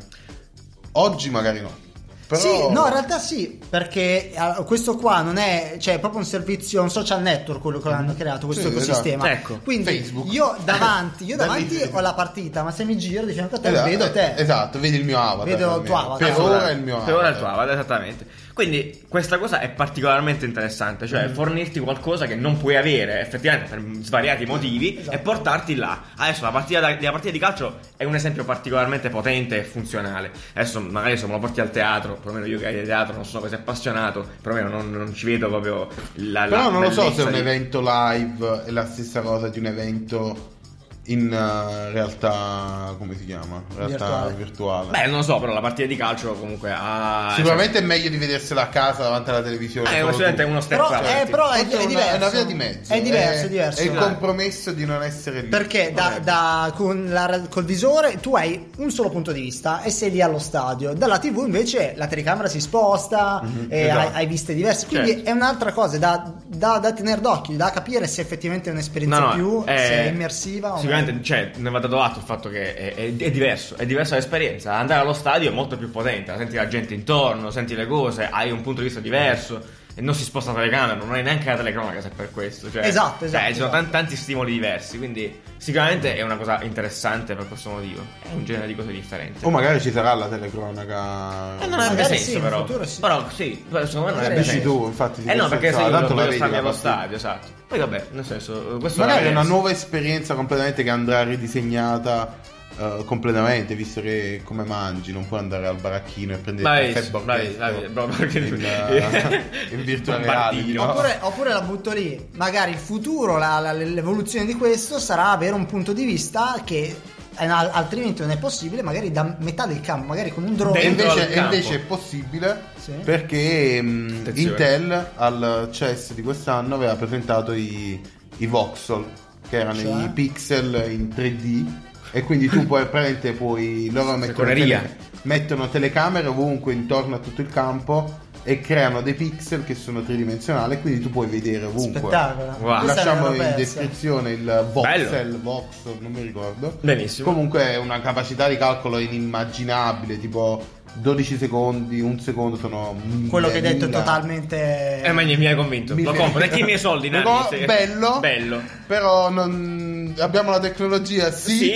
Oggi magari no. Però... Sì, no, in realtà sì, perché eh, questo qua non è, cioè, è proprio un servizio, un social network quello che l'hanno creato, questo Sì, ecosistema. esatto. Ecco, Quindi Facebook. io davanti, io Da davanti lì- ho la partita, ma se mi giro di fianco a te Esatto, vedo te. Esatto, vedi il mio avatar. Vedo il almeno. tuo avatar. Per ora è il mio Per ora è il avatar. tuo avatar, esattamente. Quindi questa cosa è particolarmente interessante, cioè fornirti qualcosa che non puoi avere effettivamente per svariati motivi esatto. e portarti là. Adesso la partita, da- la partita di calcio è un esempio particolarmente potente e funzionale. Adesso magari se me lo porti al teatro, perlomeno io che di teatro non sono così appassionato, perlomeno non, non ci vedo proprio la, la Però non lo so se bellezza un di- evento live è la stessa cosa di un evento in uh, realtà, come si chiama? Realtà Virtuale. virtuale. Beh, non lo so, però la partita di calcio comunque ha... Sicuramente è meglio di vedersela a casa davanti alla televisione. Eh, solo sicuramente è tu. uno step Però, avanti. eh, però è, Forse è una- diverso. è una via di mezzo. È diverso, è, è diverso. È il compromesso di non essere lì. Perché da, Vabbè. da- con la, col visore tu hai un solo punto di vista e sei lì allo stadio. Dalla tivù invece la telecamera si sposta e esatto. hai, hai viste diverse. Quindi Certo. è un'altra cosa da, da, da tenere d'occhio, da capire se effettivamente è un'esperienza No, no, più, è- se è immersiva o sicuramente no. cioè, ne va dato atto il fatto che è, è- è diverso, è diversa l'esperienza. Andare allo stadio è molto più potente, senti la gente intorno, senti le cose, hai un punto di vista diverso e non si sposta la telecamera, non hai neanche la telecronaca se per questo. Cioè, Esatto, esatto, cioè, ci sono esatto. tan- tanti stimoli diversi, quindi sicuramente è una cosa interessante per questo motivo. È un genere di cose differenti. O magari ci sarà la telecronaca. Eh, non avrebbe Magari senso sì, in però. futuro sì. Però sì, però secondo me non avrebbe Magari Dici senso. tu, infatti. ti Eh no, penso- perché se io tanto la voglio vedi starmi la allo partita. stadio, esatto. Poi vabbè, nel senso, questo Magari è non una senso. nuova esperienza completamente che andrà ridisegnata eh, completamente, visto che come mangi non puoi andare al baracchino e prendere il caffè Bravissimo, bravi, borghetto bravi, bravi, perché- in, eh, in virtual reality, Bombardino. no? Oppure, oppure la butto lì, magari il futuro, la- la- l'evoluzione di questo sarà avere un punto di vista che eh, altrimenti non è possibile, magari da metà del campo, magari con un drone. E Dentro invece, al e campo. invece è possibile Sì. perché mh, Attenzione. Intel al C E S di quest'anno aveva presentato i, i voxel, che erano Cioè? i pixel in tre D, e quindi tu puoi praticamente puoi loro mettono, Seconeria. tele- mettono telecamere ovunque intorno a tutto il campo e creano dei pixel che sono tridimensionali, quindi tu puoi vedere ovunque. Spettacolo. Wow. Questa Lasciamo l'avevo in persa. descrizione il voxel, Bello. voxel, non mi ricordo. Benissimo. Comunque è una capacità di calcolo inimmaginabile, tipo dodici secondi, un secondo sono Quello che hai detto è mille- totalmente. Eh, ma mi hai convinto. Lo mille- compro, perché i miei soldi, Lo Nanni, co- se- bello, Bello. però non abbiamo la tecnologia, sì, Sì.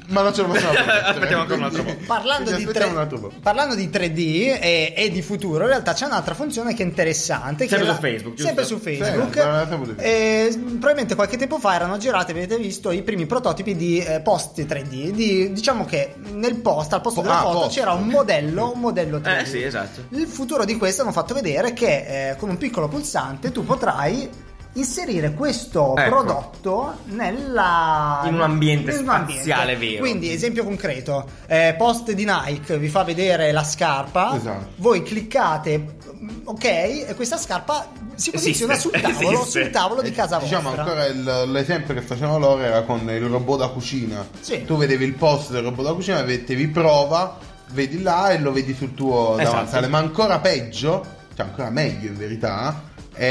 Ma non ce lo possiamo permettere. Aspettiamo ancora un altro po'. Parlando di, Quindi tre, aspettiamo un altro po'. parlando di tre D e, e di futuro, in realtà c'è un'altra funzione che è interessante. Sempre che su la- Facebook, giusto? Sempre su Facebook. Sì, guardate pure. E, probabilmente qualche tempo fa erano girati, avete visto, i primi prototipi di eh, post tre D. Di, diciamo che nel post, al posto Po- della ah, foto, post. c'era un modello, un modello tre D. Eh sì, esatto. Il futuro di questo hanno fatto vedere che eh, con un piccolo pulsante tu potrai inserire questo Ecco. prodotto nella In un ambiente in un ambiente. spaziale vero. Quindi, esempio concreto, eh, post di Nike vi fa vedere la scarpa, Esatto. voi cliccate ok e questa scarpa si posiziona Esiste, sul tavolo, esiste. sul tavolo di casa Diciamo vostra. ancora il- l'esempio che facevano loro era con il robot da cucina. Sì. Tu vedevi il post del robot da cucina, mettevi prova, vedi là e lo vedi sul tuo Esatto. davanzale. Ma ancora peggio, cioè ancora meglio in verità,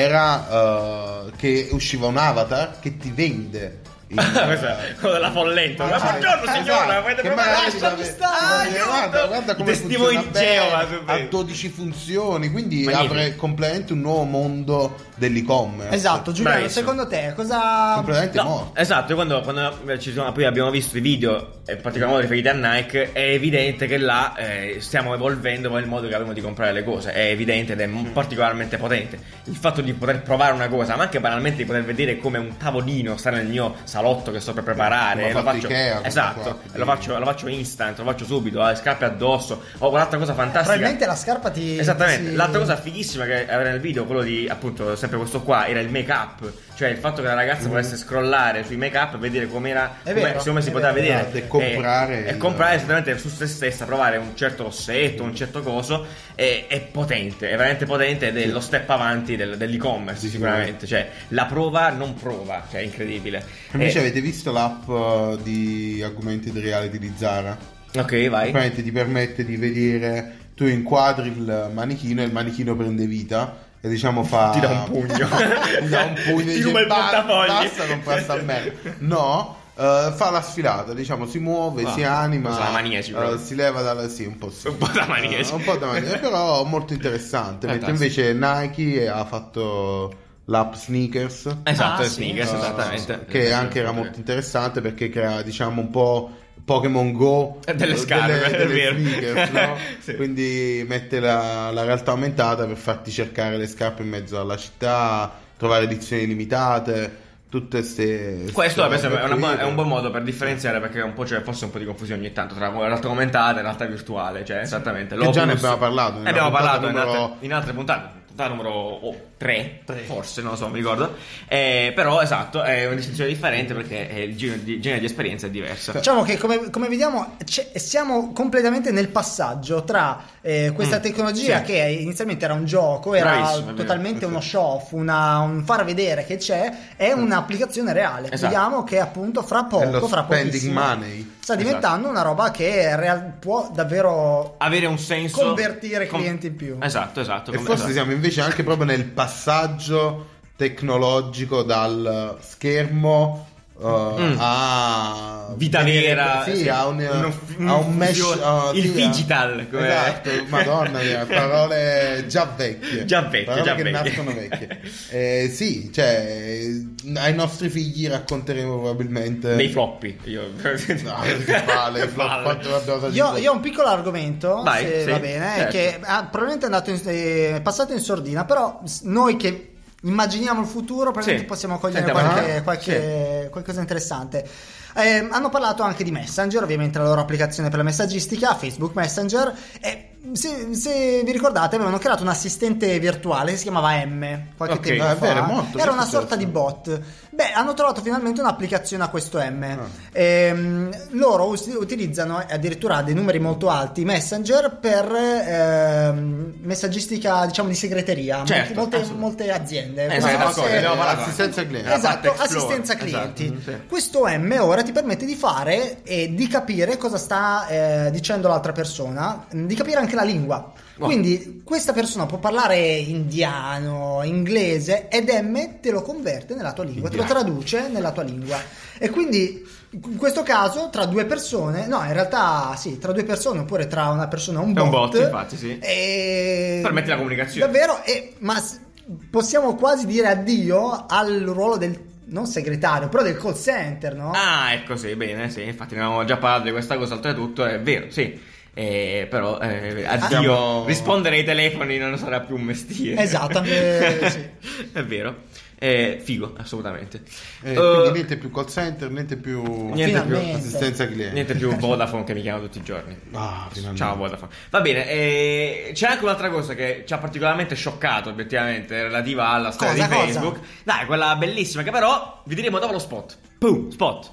era eh, che usciva un avatar che ti vende il- Quello della folletta. Ma Ah, buongiorno esatto. signora, avete Che provato? magari lasciami ti- stare, ti- aiuto! guarda, guarda come I testimoni funziona di Geova, bene, super. ha dodici funzioni, quindi Magnifico. apre completamente un nuovo mondo dell'e-commerce. Esatto, Giuliano, Bravissimo. secondo te cosa Completamente No, morto. esatto, quando, quando ci sono, poi abbiamo visto i video, in particolar modo riferiti a Nike, è evidente che là eh, stiamo evolvendo poi il modo che abbiamo di comprare le cose. È evidente ed è m- particolarmente potente. Il fatto di poter provare una cosa, ma anche banalmente di poter vedere come un tavolino sta nel mio salotto che sto per preparare. Come ha lo fatto faccio, Ikea, come esatto, qua, e lo faccio, lo faccio instant, lo faccio subito, ho le scarpe addosso. Ho un'altra cosa fantastica. probabilmente la scarpa ti Esattamente, ti- l'altra cosa fighissima che era nel video, quello di appunto sempre questo qua, era il make up, cioè il fatto che la ragazza potesse scrollare sui make up e vedere com'era, È come, vero, come si è poteva vero. vedere Esatto, e comprare e, il- e comprare esattamente su se stessa, provare un certo rossetto, un certo coso, è, è potente, è veramente potente ed è lo step avanti del- dell'e-commerce Sì, sicuramente, cioè la prova non prova, cioè è incredibile. Invece Eh, avete visto l'app uh, di Augmented Reality di Zara? ok, vai. Praticamente ti permette di vedere, tu inquadri il manichino e il manichino prende vita e diciamo fa... Ti dà un pugno. Ti dà un pugno e Ti ruba dice il "Ba- portafogli." basta, non passa a me. No, eh, fa la sfilata, diciamo, si muove, Ah, si anima, usa la maniesi, eh, proprio. si leva dalla... sì, un po' sì. Un po' da maniesi. Eh, un po' da maniesi, però molto interessante, mentre Fantastico. invece Nike ha fatto l'app Sneakers. Esatto, Ah, è sì. sneakers, Uh, esattamente. che anche era molto interessante perché crea diciamo un po' Pokémon Go Delle scarpe, delle, è delle vero. sneakers, no? Sì. Quindi mette la, la realtà aumentata per farti cercare le scarpe in mezzo alla città, trovare edizioni limitate, tutte queste Questo per esempio, è, una buona- è un buon modo per differenziare, perché un po' c'è forse un po' di confusione ogni tanto tra la realtà aumentata e la realtà virtuale, cioè esattamente. Che già ne l'Oculus- abbiamo parlato Ne nella abbiamo puntata parlato in numero- altre, in altre puntate, puntata numero tre, forse, non lo so, mi ricordo. Eh, però esatto, è una distinzione differente perché eh, il genere di, genere di esperienza è diversa. Diciamo che come, come vediamo c'è- siamo completamente nel passaggio tra eh, questa Mm, tecnologia sì. che inizialmente era un gioco, era Bravissimo, è vero, totalmente sì. uno show off, una- un far vedere che c'è, è un'applicazione reale. Esatto. Vediamo che appunto fra È lo poco, fra spending pochissimo, money. sta diventando una roba che real- può davvero Avere un senso, convertire com- clienti in più. Esatto, esatto. E com- forse esatto. siamo invece anche proprio nel passaggio tecnologico dal schermo uh, Mm. a Vita vera, sì, sì, a un, un- a un mesh, un'infusione. uh, Il sì, a- digital, come- esatto, madonna mia, parole già vecchie, Già vecchie, parole già che vecchie. nascono vecchie. Eh, sì, cioè ai nostri figli racconteremo probabilmente Dei floppy. Io... no, che palle, Che palle. quanto abbiamo dato di Io, floppy. io ho un piccolo argomento, Vai, se sì, va bene, certo. che ah, probabilmente è andato in, eh, è passato in sordina, però s- noi che immaginiamo il futuro, probabilmente Sì. possiamo cogliere Sentiamo. qualche, Ah, qualche- qualcosa interessante. Eh, hanno parlato anche di Messenger, ovviamente la loro applicazione per la messaggistica, Facebook Messenger, e se, se vi ricordate avevano creato un assistente virtuale che si chiamava M qualche Ok. tempo Ah, è fa. vero, è morto, Era che una è successo? sorta di bot. Beh, hanno trovato finalmente un'applicazione a questo M. Ah. Ehm, loro us- utilizzano addirittura dei numeri molto alti Messenger per ehm, messaggistica, diciamo, di segreteria. Certo, molte, assolutamente. molte aziende. Eh, come esatto, fosse- d'accordo, abbiamo parlato. Assistenza cliente. La Esatto, parte Explore. assistenza clienti. Esatto, sì. Questo M ora ti permette di fare e di capire cosa sta eh, dicendo l'altra persona, di capire anche la lingua. Wow. Quindi questa persona può parlare indiano, inglese ed M te lo converte nella tua lingua, te lo Indiano. traduce nella tua lingua. E quindi in questo caso tra due persone, no, in realtà sì, tra due persone oppure tra una persona e un È bot. un bot, infatti, sì. E... Permette la comunicazione. Davvero, e, ma s- possiamo quasi dire addio al ruolo del non segretario, però del call center, no? Ah, ecco, sì, bene, sì, infatti ne avevamo già parlato di questa cosa, oltretutto, è vero, sì. Eh, però eh, addio, Ah, rispondere ai telefoni non sarà più un mestiere. Esatto, eh, sì. È vero. Eh, figo, assolutamente. Eh, Uh, quindi niente più call center, niente più Niente più Finalmente. assistenza clienti. Niente più Vodafone che mi chiama tutti i giorni. Ah, finalmente. Ciao Vodafone. Va bene, eh, c'è anche un'altra cosa che ci ha particolarmente scioccato, obiettivamente, relativa alla storia Cosa, di cosa? Facebook. Dai, quella bellissima, che però vi diremo dopo lo spot. Pum, spot.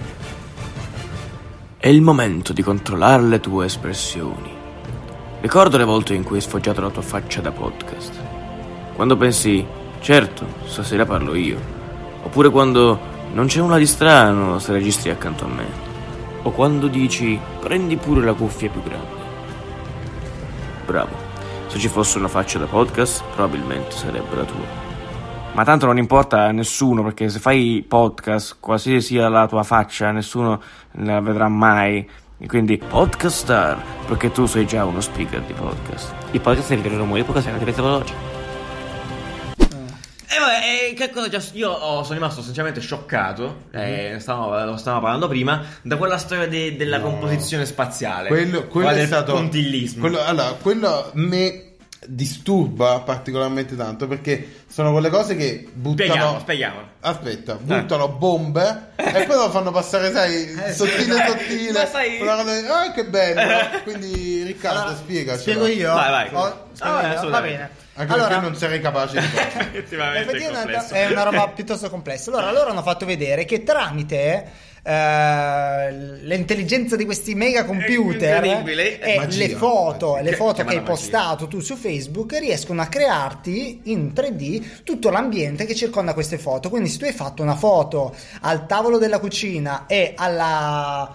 È il momento di controllare le tue espressioni. Ricordo le volte in cui hai sfoggiato la tua faccia da podcast. Quando pensi, certo, stasera parlo io. Oppure quando non c'è nulla di strano se registri accanto a me. O quando dici, prendi pure la cuffia più grande. Bravo. Se ci fosse una faccia da podcast, probabilmente sarebbe la tua. Ma tanto non importa a nessuno, perché se fai podcast, qualsiasi sia la tua faccia, nessuno la vedrà mai. E quindi podcast star, perché tu sei già uno speaker di podcast. Il podcast è il vero rumore di poca sera, ti pensavo veloce. E vabbè, eh, che cosa già, io oh, sono rimasto sinceramente scioccato, eh, stavamo, lo stavamo parlando prima, da quella storia de- della No. composizione spaziale. Quello, quello Qual è il stato puntillismo. quello, allora, quello me disturba particolarmente tanto, perché sono quelle cose che buttano Spieghiamo, spieghiamo. aspetta, buttano bombe e poi lo fanno passare, sai, Eh, sì. sottile sottile. Ma sai- Una cosa- ah, che bello. Quindi Riccardo, Allora, spiega. Spiego io? Vai, vai. Oh, spiego Ah, io? Va assolutamente. bene. Anche Allora, perché non sarei capace di farlo. Effettivamente è effettivamente complesso. è una roba piuttosto complessa. Allora, loro hanno fatto vedere che tramite eh, l'intelligenza di questi mega computer Incredibile. e Magia. le foto, Magia. le foto che Chiamala hai postato tu su Facebook riescono a crearti in tre D tutto l'ambiente che circonda queste foto. Quindi se tu hai fatto una foto al tavolo della cucina e alla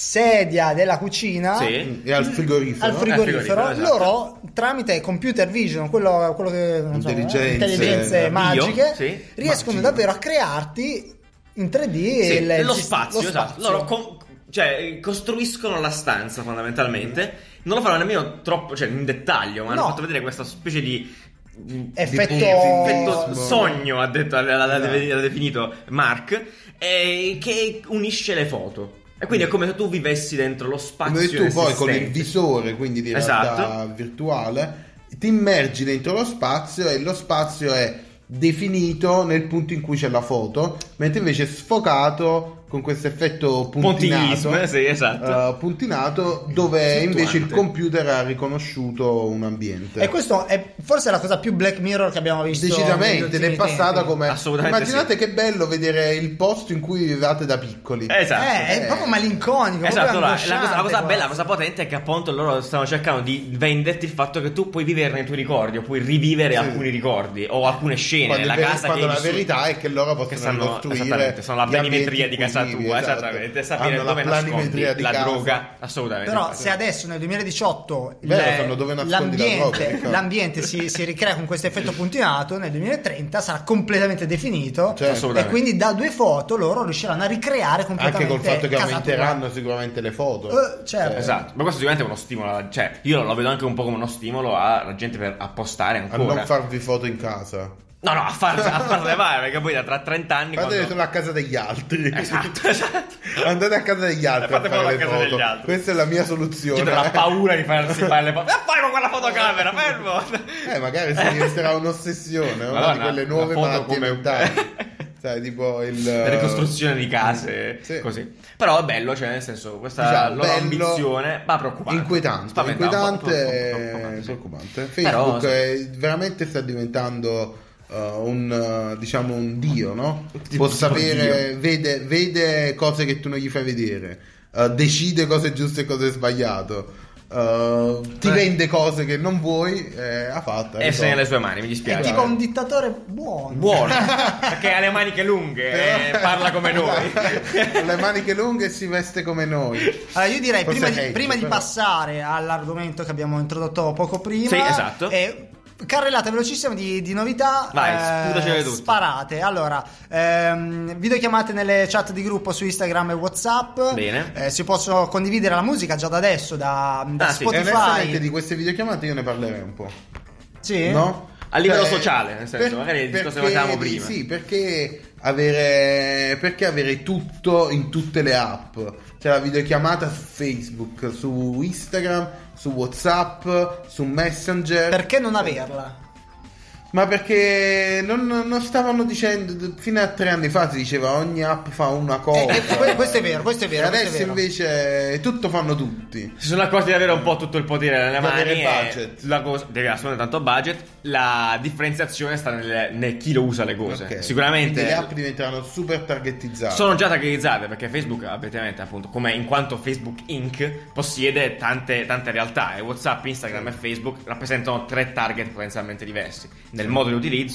sedia della cucina, Sì. E al frigorifero. al frigorifero, Al frigorifero, esatto. loro tramite computer vision, quello, quello che non so, Intelligenze, intelligenze bio, magiche, sì. riescono Magia. davvero a crearti in tre D Sì, il- lo il- spazio, lo esatto. spazio. Loro con- cioè, costruiscono la stanza fondamentalmente. Non lo fanno nemmeno troppo, cioè in dettaglio, ma hanno No. fatto vedere questa specie di Effetto- di- effetto Sì. sogno, ha detto, l'ha, l'ha- Esatto. l'ha definito Mark, eh, che unisce le foto. E quindi è come se tu vivessi dentro lo spazio. Come tu poi con il esistente. visore, quindi di realtà Esatto. virtuale, ti immergi dentro lo spazio e lo spazio è definito nel punto in cui c'è la foto, mentre invece è sfocato con questo effetto puntinato, Puntillismo, sì, esatto. eh, puntinato, dove invece il Fluttuante. computer ha riconosciuto un ambiente. E questo è forse la cosa più Black Mirror che abbiamo visto negli Decisamente, ultimi ed è passata tempi. come Assolutamente immaginate che bello vedere il posto in cui vivevate da piccoli. Esatto. Eh, è proprio malinconico, Esatto, proprio la, la angosciante cosa, la cosa quasi. bella, la cosa potente è che appunto loro stanno cercando di venderti il fatto che tu puoi vivere nei tuoi ricordi o puoi rivivere Sì. alcuni ricordi o alcune scene Quando, nella in ver- casa quando che hai la vissuto. verità è che loro Che possono sanno, costruire esattamente, sono la gli planimetria ambienti di casa in cui vivi, tua, esatto. esattamente, sapere Hanno dove la nascondi planimetria di la casa. droga, assolutamente. Però se adesso nel duemiladiciotto Beh, il- sanno dove nascondi la droga, l'ambiente, Riccardo. l'ambiente si, si ricrea con questo effetto puntinato, nel duemilatrenta sarà completamente definito, Certo. e Assolutamente. quindi da due foto loro riusciranno a ricreare completamente Anche col fatto che casa aumenteranno tua. sicuramente le foto. Eh, certo. Esatto, ma questo sicuramente è uno stimolo, cioè io lo vedo anche un po' come uno stimolo alla gente per appostare A ancora. non farvi foto in casa. No, no, a, far, a farle fare, perché poi da tra trenta anni Fatele quando... solo a casa degli altri. Esatto, esatto. Andate a casa degli altri Fate a fare foto a le casa foto. degli altri. Questa è la mia soluzione. Gente non ha paura di farsi fare le foto. E fai con quella fotocamera, fermo! Eh, magari si diventerà un'ossessione, una Madonna, di quelle una nuove foto malattie come- mentali. Sai, tipo il La ricostruzione di case, Sì. così. Però è bello, cioè nel senso, questa Diciamo, loro bello, ambizione, ma preoccupante. Inquietante, Spaventa, un po', un po', un po', inquietante, preoccupante, sì. preoccupante. Però, Facebook sì. è- veramente sta diventando uh, un uh, diciamo un dio, no? Tipo- Può tipo sapere, vede, vede cose che tu non gli fai vedere, uh, decide cosa è giusto e cosa è sbagliato. Uh, ti Eh. vende cose che non vuoi, eh, ha fatto. E sei nelle sue mani, mi È dispiace. tipo un dittatore buono. Buono, perché ha le maniche lunghe e parla come noi. Con le maniche lunghe e si veste come noi. Allora io direi, Forse prima, di, peggio, prima di però. passare all'argomento che abbiamo introdotto poco prima, Sì, esatto. e carrellata velocissima di, di novità. Vai, sputacele tutte. Sparate. Allora, ehm, videochiamate nelle chat di gruppo su Instagram e WhatsApp. Bene. Eh, si possono condividere la musica già da adesso da, da Ah, sì. E onestamente Spotify. di queste videochiamate io ne parlerei un po'. Sì? No? A livello Cioè, sociale, nel senso, magari il discorso che perché- facevamo prima. Sì, perché avere perché avere tutto in tutte le app? C'è la videochiamata su Facebook, su Instagram, su WhatsApp, su Messenger. Perché non averla? Ma perché non, non stavano dicendo, fino a tre anni fa si diceva ogni app fa una cosa. Eh, eh, questo è vero, questo è vero. E adesso questo è vero. invece tutto fanno tutti. Si sono accorti di avere un po' tutto il potere nelle Di mani. avere e budget. La cosa deve assumere tanto budget. La differenziazione sta nel, nel chi lo usa le cose. Ok. Sicuramente Quindi le app diventeranno super targetizzate. sono già targetizzate perché Facebook, ovviamente, appunto, come in quanto Facebook Incorporated possiede tante, tante realtà. E WhatsApp, Instagram e Facebook rappresentano tre target potenzialmente diversi nel modo di utilizzo.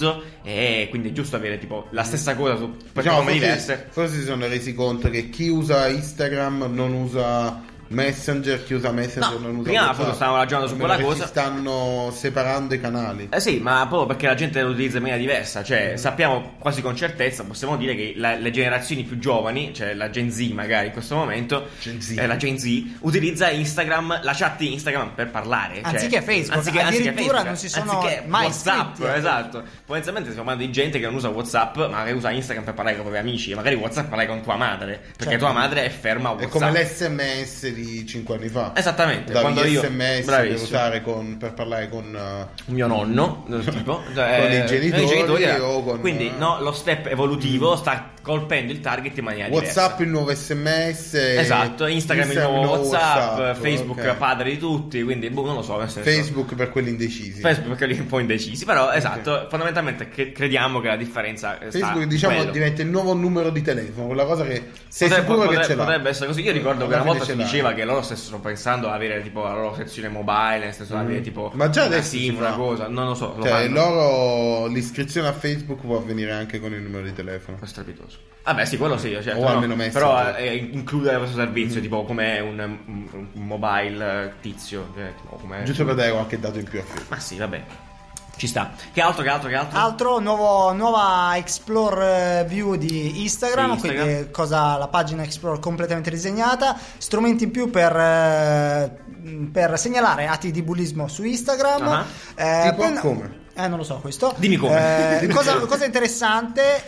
E quindi è giusto avere tipo la stessa cosa su Diciamo, piattaforme forse, diverse. forse si sono resi conto che chi usa Instagram non usa Messenger, chi usa Messenger No, non usa prima WhatsApp. appunto stavamo ragionando su Almeno quella che cosa. si stanno separando i canali. Eh sì, ma proprio perché la gente lo utilizza in maniera diversa. Cioè, sappiamo quasi con certezza, possiamo dire che la- le generazioni più giovani, cioè la Gen Z magari in questo momento, Gen Z. eh, la Gen Z utilizza Instagram, la chat di Instagram per parlare. cioè, Anziché Facebook, anziché, anziché addirittura Facebook, non si sono anziché mai WhatsApp, iscritti. esatto. Potenzialmente stiamo parlando di gente che non usa WhatsApp, ma che usa Instagram per parlare con i propri amici. E magari WhatsApp parlare con tua madre, perché Certo. tua madre è ferma a È WhatsApp. come l'esse emme esse di cinque anni fa. Esattamente, Davi quando gli io esse emme esse per bravissimo. usare con, per parlare con uh, mio nonno, del tipo, cioè, Con i eh, genitori eh. o con- Quindi no, lo step evolutivo sta colpendo il target in maniera WhatsApp diversa. il nuovo esse emme esse. Esatto, Instagram, il nuovo WhatsApp, Facebook ok. padre di tutti, quindi boh, non lo so, nel senso, Facebook per quelli indecisi. Facebook perché lì un po' indecisi, però esatto, fondamentalmente che- crediamo che la differenza eh, sta Facebook in diciamo quello. diventa il nuovo numero di telefono, quella cosa che sei Potrebbe, sicuro potrebbe- che ce l'ha. potrebbe essere così. Io ricordo che Alla una volta fine si ce diceva l'hai. che loro stessero pensando ad avere tipo la loro sezione mobile, nel senso di avere tipo Ma già una adesso si SIM, una fa. cosa, non lo so, lo Cioè, fanno. loro l'iscrizione a Facebook può avvenire anche con il numero di telefono. È strepitoso. Vabbè, sì, quello sì, certo, O no, almeno Messenger. però eh, includere questo servizio tipo come un, un, un mobile eh, tizio, cioè, tipo, come... Giusto per dare qualche dato in più a Facebook. Ma sì, vabbè. Ci sta. Che altro, che altro, che altro? Altro nuovo, nuova Explore eh, View di Instagram, Di Instagram. quindi cosa, la pagina Explore completamente disegnata, strumenti in più per, eh, per segnalare atti di bullismo su Instagram. Ah. Eh, Tipo pen- come? Eh, non lo so questo. Dimmi come. Eh, Dimmi cosa, come. cosa interessante,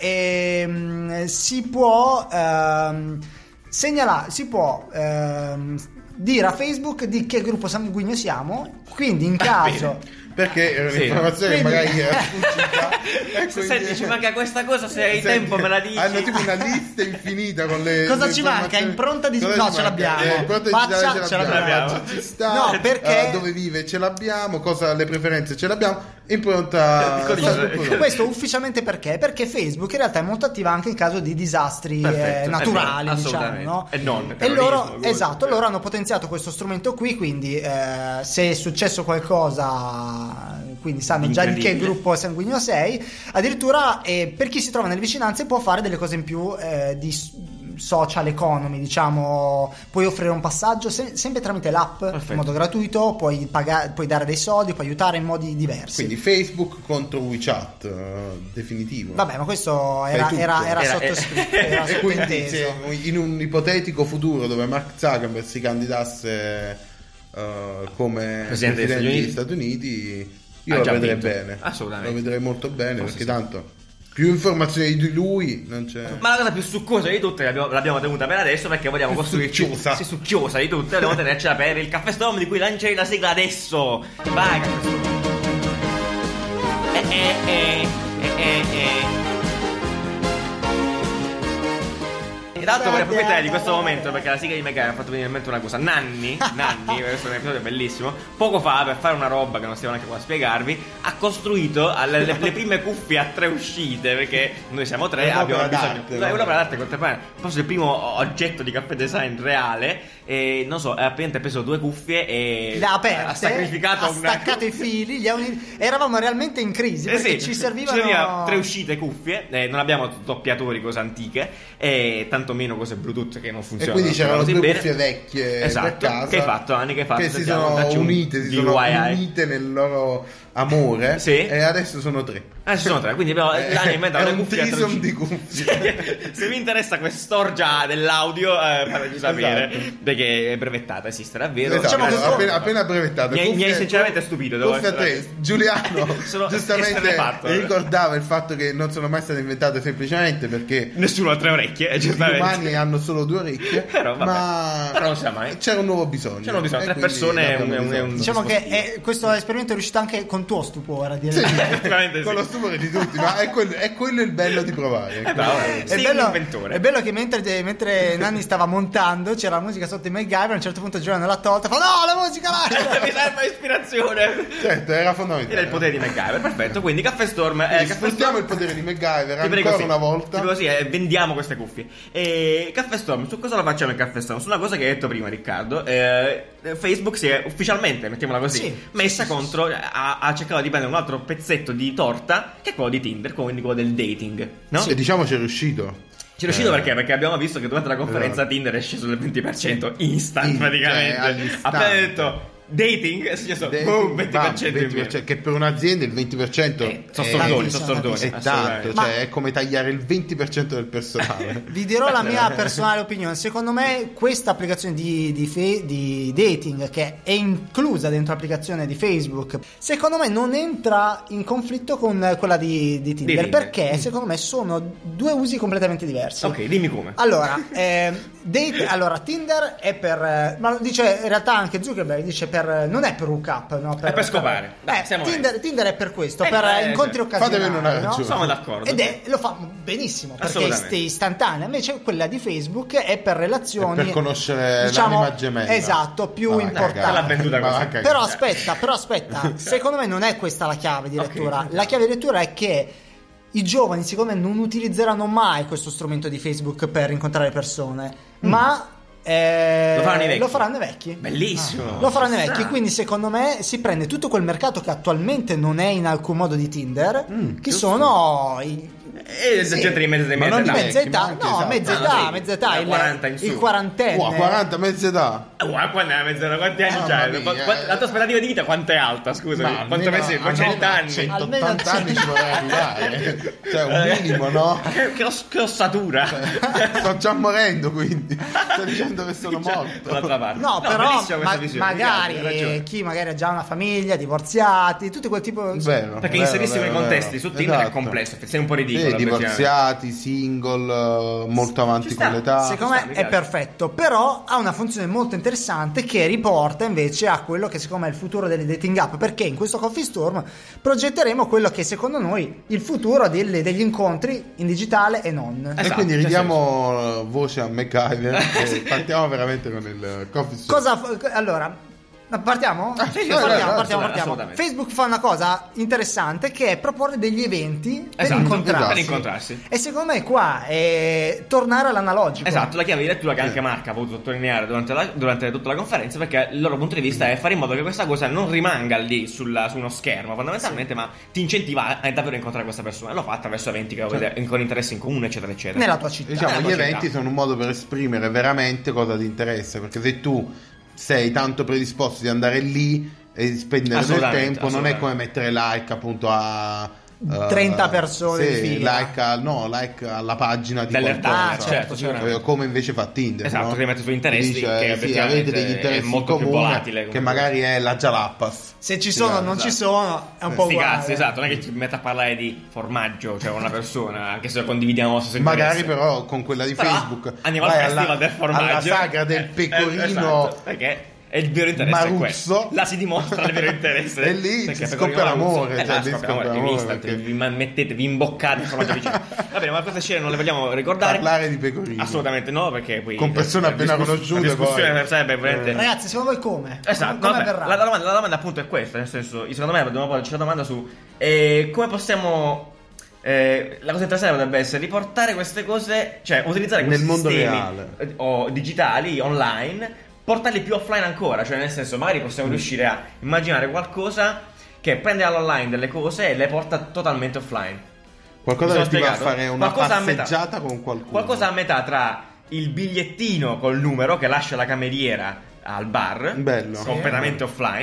ehm, si può ehm, segnalare, si può ehm, dire a Facebook di che gruppo sanguigno siamo, quindi in caso... Perché è Sì. un'informazione Quindi- che magari era sfuggita. e quindi- Senti, ci manca questa cosa, se hai Senti, tempo me la dici. Hanno tipo una lista infinita con le. Cosa le ci manca? informazioni. Impronta di- Cosa no, ci ce manca? l'abbiamo. Eh, impronta Faccia, digitale ce l'abbiamo. Faccia ci sta. No, perché- eh, dove vive ce l'abbiamo. Cosa le preferenze ce l'abbiamo. Impronta. Il codice- sta tutto. Questo ufficialmente perché? Perché Facebook in realtà è molto attiva anche in caso di disastri Perfetto, eh, naturali, è vero, diciamo, assolutamente. no? E non E terrorismo, loro, cose, esatto, eh. loro hanno potenziato questo strumento qui, quindi eh, se è successo qualcosa, quindi sanno già di che Incredibile. gruppo sanguigno sei, addirittura eh, per chi si trova nelle vicinanze può fare delle cose in più eh, di s- social economy, diciamo, puoi offrire un passaggio se- sempre tramite l'app Perfetto. in modo gratuito, puoi, pagare, puoi dare dei soldi, puoi aiutare in modi diversi. Quindi Facebook contro WeChat, eh, definitivo. Vabbè, ma questo Fai era, tutto. era, era Era- sottoscritto, era E quindi sottinteso. se in un ipotetico futuro dove Mark Zuckerberg si candidasse eh, come Presidente presidente, degli degli Stati Uniti, io Ha lo già vedrei vinto. bene. Assolutamente. Lo vedrei molto bene Forse perché sì. tanto più informazioni di lui non c'è. Ma la cosa più succosa di tutte l'abbiamo, l'abbiamo tenuta per adesso perché vogliamo Più costruirci succhiosa. sì, succhiosa di tutte, vogliamo tenercela per il Caffè Storm di cui lancerei la sigla adesso. Vai Caffè Storm. Eh eh eh eh eh eh. E tra l'altro vorrei approfittare di questo momento perché la sigla di Mega mi ha fatto venire in mente una cosa. Nanni, Nanni, questo è un episodio bellissimo. Poco fa, per fare una roba che non stiamo neanche qua a spiegarvi, ha costruito alle- le, le prime cuffie a tre uscite perché noi siamo tre, È un'opera abbiamo bisogno. d'arte, No, è no? un'opera d'arte contemporanea. Forse il primo oggetto di caffè design reale. E non so, ha appena preso due cuffie e Le ha aperte, ha sacrificato ha una staccato i fili, li ha uniti- eravamo realmente in crisi Eh perché sì, ci servivano serviva tre uscite cuffie, eh, non abbiamo doppiatori, cose antiche e tantomeno cose Bluetooth che non E funzionano. quindi c'erano così due bene. cuffie vecchie Esatto. per casa Che hai fatto, Anni? Che hai fatto? che si Sentiamo, sono dacci un unite, si D sono I Y. unite nel loro amore Sì. e adesso sono tre. Ah, ci sono tre, quindi abbiamo Eh, l'hanno inventato è le un cuffie threesome attraverso- di cuffie. Se, se vi interessa quest'orgia dell'audio, eh, fateci sapere, Esatto. perché è brevettata, esiste davvero. Esatto, Diciamo che- appena, appena brevettato. Mi hai- mi hai Cuffie- sinceramente stupito, devo cuffie a essere- tre. Giuliano Sono giustamente esterrefatto. ricordava il fatto che non sono mai state inventate semplicemente perché Nessuno ha tre orecchie, eh, gli giustamente. umani hanno solo due orecchie, Però, vabbè. ma Però non sa mai. c'era un nuovo bisogno. C'era un bisogno, E tre quindi persone ne è abbiamo un- è un- bisogno. Diciamo che è- questo esperimento è riuscito anche con tuo stupore a dire Sì, la verità. Effettivamente con sì. lo stupore di tutti, ma è quello, è quello il bello di provare. Eh, bravo, eh. È Sei bello, un inventore. è bello che mentre, mentre Nanni stava montando c'era la musica sotto i MacGyver, a un certo punto Giovanni l'ha tolta, fa no, la musica là! Mi serve ispirazione. Certo, era fondamentale. Era il potere di MacGyver, perfetto. Quindi Caffè Storm. Eh, Quindi Caffè sfruttiamo Storm. il potere di MacGyver Ti prego, ancora sì. una volta. Ti prego, sì, eh, vendiamo queste cuffie. E Caffè Storm, su cosa lo facciamo il Caffè Storm? Su una cosa che hai detto prima, Riccardo. Eh, Facebook si è ufficialmente, mettiamola così, Sì, messa sì, contro. Ha, ha cercato di prendere un altro pezzetto di torta, che è quello di Tinder, quindi quello del dating. No? E diciamo ci è riuscito. Ci è riuscito Eh. perché? Perché abbiamo visto che durante la conferenza Esatto. Tinder è sceso del venti per cento instant, Sì, praticamente. cioè, all'istante. Appena detto dating è successo Dating, boom, venti per cento va, in più. venti per cento, che per un'azienda il venti per cento Eh, sono è, soldoni, tantissimo, sono soldoni. è assolutamente. tanto, cioè è come tagliare il venti per cento del personale. Vi dirò la mia personale opinione. Secondo me, questa applicazione di, di, fe- di dating, che è inclusa dentro l'applicazione di Facebook, secondo me non entra in conflitto con quella di, di Tinder. Tinder. Perché secondo me sono due usi completamente diversi. Ok, dimmi come. Allora, eh, date- allora, Tinder è per. eh, Ma lo dice in realtà anche Zuckerberg, dice per. Non è per hook up, no? È per scopare. Dai, Eh, siamo Tinder, Tinder è per questo, Eh, per eh, incontri cioè, occasionali. fatemi una no? ragione. Siamo d'accordo. Ed è, lo fa benissimo perché è Assolutamente. ist- istantanea. Invece quella di Facebook è per relazioni. È per conoscere diciamo, l'anima gemella. Esatto, più Ma va a importanti. cagare. L'ha venduta Ma va a così. cagare. Però aspetta, però aspetta, secondo me non è questa la chiave di Ok. lettura. La chiave di lettura è che i giovani, secondo me, non utilizzeranno mai questo strumento di Facebook per incontrare persone, ma eh, Lo faranno i vecchi. lo faranno i vecchi. Bellissimo. Lo faranno i vecchi, Strano. quindi secondo me si prende tutto quel mercato che attualmente non è in alcun modo di Tinder, Mm, che giusto. sono i, E sì. gente di mezza, di Ma mezza non età. di mezza vecchi, ma età, anche no, esatto. mezza Ah, no, età, sì, mezza età, da il, quaranta in su. il quarantenne. Wow, quaranta mezza età. Eh, guarda, quando è la mezz'ora, quanti anni Mamma c'hai? mia, Qu- qu- eh. La tua aspettativa di vita quanto è alta? Scusami, Ma quanto almeno- mesi? almeno cento anni? Almeno centottanta anni ci vorrei arrivare. Cioè, un minimo, no? Che, che, os- che ossatura! Sto già morendo, quindi. Sto dicendo che sono morto. Dall'altra parte. No, però bellissima questa ma- visione, mi magari piace, hai ragione. chi magari ha già una famiglia, divorziati, tutti quel tipo di Vero, Perché vero, inserissimo vero, i contesti vero. su Tinder è Esatto. complesso, sei un po' ridicolo. Sì, obiettivamente. divorziati, single, eh, molto avanti Ci con sta. l'età. Secondo sta, me mi è piace. perfetto, però ha una funzione molto interessante che riporta invece a quello che secondo me è il futuro delle dating app, perché in questo Coffee Storm progetteremo quello che secondo noi il futuro delle- degli incontri in digitale e non. E Esatto, quindi c'è ridiamo voce a MacGyver e partiamo veramente con il coffee store. Cosa fa- allora partiamo? Ah, sì, sì, partiamo, sì, partiamo, assolutamente, partiamo. assolutamente. Facebook fa una cosa interessante che è proporre degli eventi per Esatto, incontrarsi. per incontrarsi. E secondo me qua è tornare all'analogico. Esatto, la chiave di lettura che anche Marca ha voluto sottolineare durante, la- durante tutta la conferenza, perché il loro punto di vista è fare in modo che questa cosa non rimanga lì sulla- su uno schermo fondamentalmente, ma ti incentiva a davvero incontrare questa persona. E lo fa attraverso eventi che avete con interessi in comune, eccetera, eccetera. Nella tua città. Diciamo, Eh, gli la eventi città. sono un modo per esprimere veramente cosa ti interessa, perché se tu sei tanto predisposto di andare lì e spendere del Assolutamente, tempo, non è assolutamente. come mettere like appunto a eh, trenta persone sì, in fila. like a- no, like alla pagina di Delle- qualcosa. Ah, certo, certo. Eh, come invece fa Tinder, Esatto, no? che mette su interessi, Ti che sì, obiettivamente avete degli è interessi molto in più comune, volatile, che come- magari è la Jalapas. Se ci Sì, sono o esatto. non ci sono è un po' Sti uguale. cazzi, esatto, non è che ti metti a parlare di formaggio, cioè con una persona, anche se condividiamo lo stesso Magari interesse. però con quella di Però Facebook andiamo al vai festival alla, del formaggio, alla sagra del Eh, pecorino eh, esatto, perché è il vero interesse è Maruzzo. questo. La si dimostra il vero interesse. E lì Perché si pecorino scoppia Maruzzo- l'amore, eh, cioè, esatto, lì scoppia scoppia l'amore, l'amore, instant, perché- vi ma- mettete, vi imboccate il formaggio vicino. Va bene, ma queste scene non le vogliamo ricordare. parlare di pecorino Assolutamente no, perché poi con persone la appena discuss- conosciute, La discussione poi. sarebbe veramente Ragazzi, secondo voi come? Esatto, come vabbè, verrà? la, la domanda, la domanda appunto è questa, nel senso, secondo me dobbiamo porci la domanda su eh, come possiamo eh, la cosa interessante potrebbe essere riportare queste cose, cioè utilizzare Nel questi mondo sistemi reale. eh, o digitali, online, portarli più offline ancora, cioè nel senso magari possiamo riuscire a immaginare qualcosa che prende all'online delle cose e le porta totalmente offline. qualcosa Mi che sono ti va a spiegato? fare una Qualcosa a metà. passeggiata con qualcuno, Qualcosa a metà tra il bigliettino col numero che lascia la cameriera al bar, Bello. completamente offline,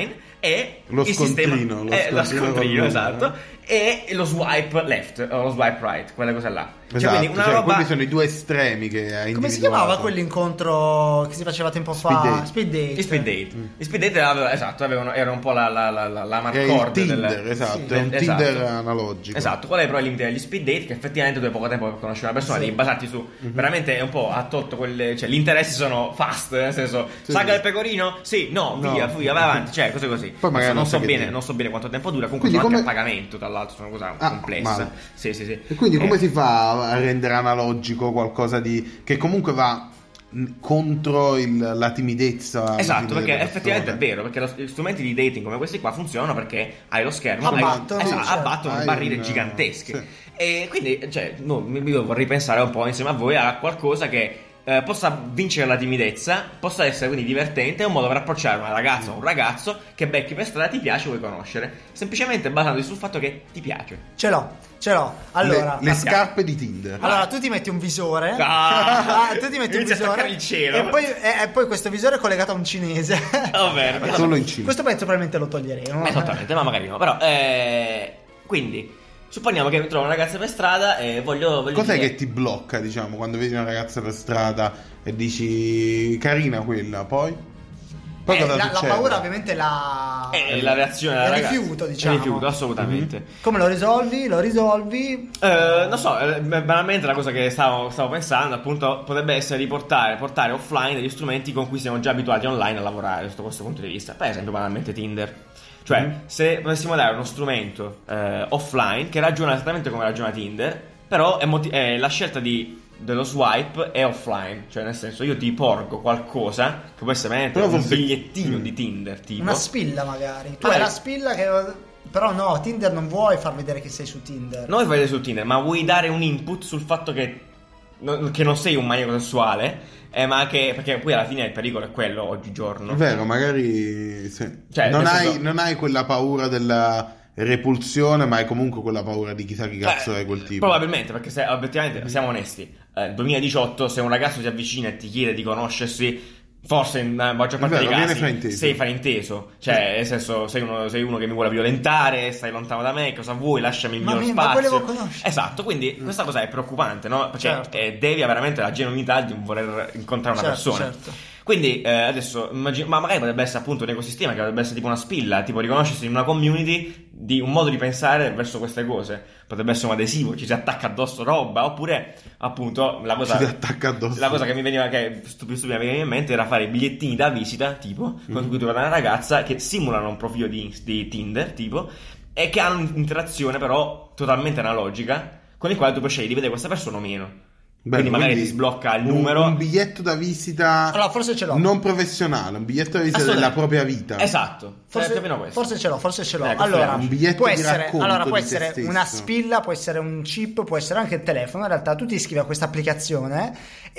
e lo il scontrino, sistema, lo eh, lo scontrino scontrino, con esatto, lui, e lo swipe left o lo swipe right, quella cosa là. Cioè, esatto, quindi una cioè, roba... quelli sono i due estremi che hai Come si individuato. chiamava quell'incontro che si faceva tempo Speed fa? date. Speed date. Il speed date, il speed date aveva, esatto, avevano, era un po' la, la, la, la, la È il marcord Tinder, del, esatto, Sì. è un Esatto. Tinder analogico. Esatto, qual è però il limite degli speed date? Che effettivamente tu hai poco tempo per conoscere una persona, Sì. devi basarti su Mhm. veramente è un po' ha tolto quelle, cioè gli interessi sono fast, nel senso Sì, saga sì. del pecorino? Sì, no, No. via, via, vai avanti, cioè cose così. Poi magari non non so sai che bene, dire. non so bene quanto tempo dura, comunque Quindi sono anche come- a pagamento, tra l'altro, sono cose Ah, complesse. male. Sì, sì, sì. E quindi come Eh, si fa a rendere analogico qualcosa di che comunque va mh, contro il- la timidezza alla Esatto, fine perché delle effettivamente è persone? vero, perché lo- gli strumenti di dating come questi qua funzionano perché hai lo schermo, Abbattono, esatto, certo. abbattono Hai barriere un- gigantesche. sì. E quindi, cioè, no, mi mi devo ripensare un po' insieme a voi a qualcosa che eh, possa vincere la timidezza, possa essere quindi divertente, è un modo per approcciare una ragazza o un ragazzo che becchi per strada, ti piace, vuoi conoscere, semplicemente basandoti sul fatto che ti piace. Ce l'ho, ce l'ho. Allora, le, le scarpe di Tinder. allora tu ti metti un visore. Ah, Ah, tu ti metti un inizia a visore toccare il cielo. E poi, e, e poi questo visore è collegato a un cinese. Va bene. Solo in Cina. Questo pezzo probabilmente lo toglieremo. Esattamente, ma magari no. Però, eh, quindi, supponiamo che mi trovo una ragazza per strada e voglio. voglio Cos'è dire- che ti blocca, diciamo, quando vedi una ragazza per strada e dici carina quella, poi? Poi Eh, cosa la, la succede? paura ovviamente la... È la reazione della il ragazza. rifiuto, diciamo. Il rifiuto, assolutamente. Come lo risolvi? Lo risolvi. Eh, non so, eh, banalmente la cosa che stavo, stavo pensando appunto potrebbe essere di portare, portare offline degli strumenti con cui siamo già abituati online a lavorare sotto questo punto di vista. Per esempio banalmente Tinder. Cioè, Mm. se potessimo dare uno strumento eh, offline che ragiona esattamente come ragiona Tinder, però è moti- è la scelta di, dello swipe è offline. Cioè, nel senso, io ti porgo qualcosa che può essere veramente Però un forse- bigliettino Mm. di Tinder, tipo. Una spilla magari. Tu Ah, hai eh. la spilla che... Però no, Tinder non vuoi far vedere che sei su Tinder. Non vuoi vedere su Tinder, ma vuoi dare un input sul fatto che, no- che non sei un maniaco sessuale, eh, ma che perché poi alla fine il pericolo è quello oggigiorno. È vero, magari sì. Cioè, non, nel hai, senso- non hai quella paura della repulsione, ma hai comunque quella paura di chissà chi cazzo Eh, è quel tipo. Probabilmente, perché se obiettivamente siamo onesti, eh, duemiladiciotto, se un ragazzo si avvicina e ti chiede di conoscersi, forse in la maggior parte È dei vero, viene casi frainteso. sei frainteso. Cioè, nel senso, sei uno, sei uno che mi vuole violentare, stai lontano da me, cosa vuoi? Lasciami il Ma mio mi- ma spazio. volevo conoscere. Esatto, quindi questa cosa è preoccupante, no? Perché Certo. eh, devi avere veramente la genuinità di voler incontrare una Certo, persona. certo. Quindi eh, adesso immagino, ma magari potrebbe essere appunto un ecosistema che potrebbe essere tipo una spilla, tipo riconoscersi in una community di un modo di pensare verso queste cose. Potrebbe essere un adesivo, ci si attacca addosso roba, oppure appunto la cosa, Ci si attacca addosso. la cosa che mi veniva che stu- più stupida mi veniva in mente era fare i bigliettini da visita, tipo, con cui tu vai da una ragazza che simulano un profilo di, di Tinder, tipo, e che hanno un'interazione però totalmente analogica, con il quale tu puoi scegliere di vedere questa persona o meno. Bello, quindi magari quindi ti sblocca il un- numero. Un biglietto da visita Allora, forse ce l'ho. non professionale, un biglietto da visita della Assolutamente. propria vita. Esatto, Forse, più o meno questo. forse ce l'ho, forse ce l'ho. Ecco, allora, un biglietto può di essere, racconto allora, può di te essere stesso. una spilla, può essere un chip, può essere anche il telefono. In realtà, tu ti iscrivi a questa applicazione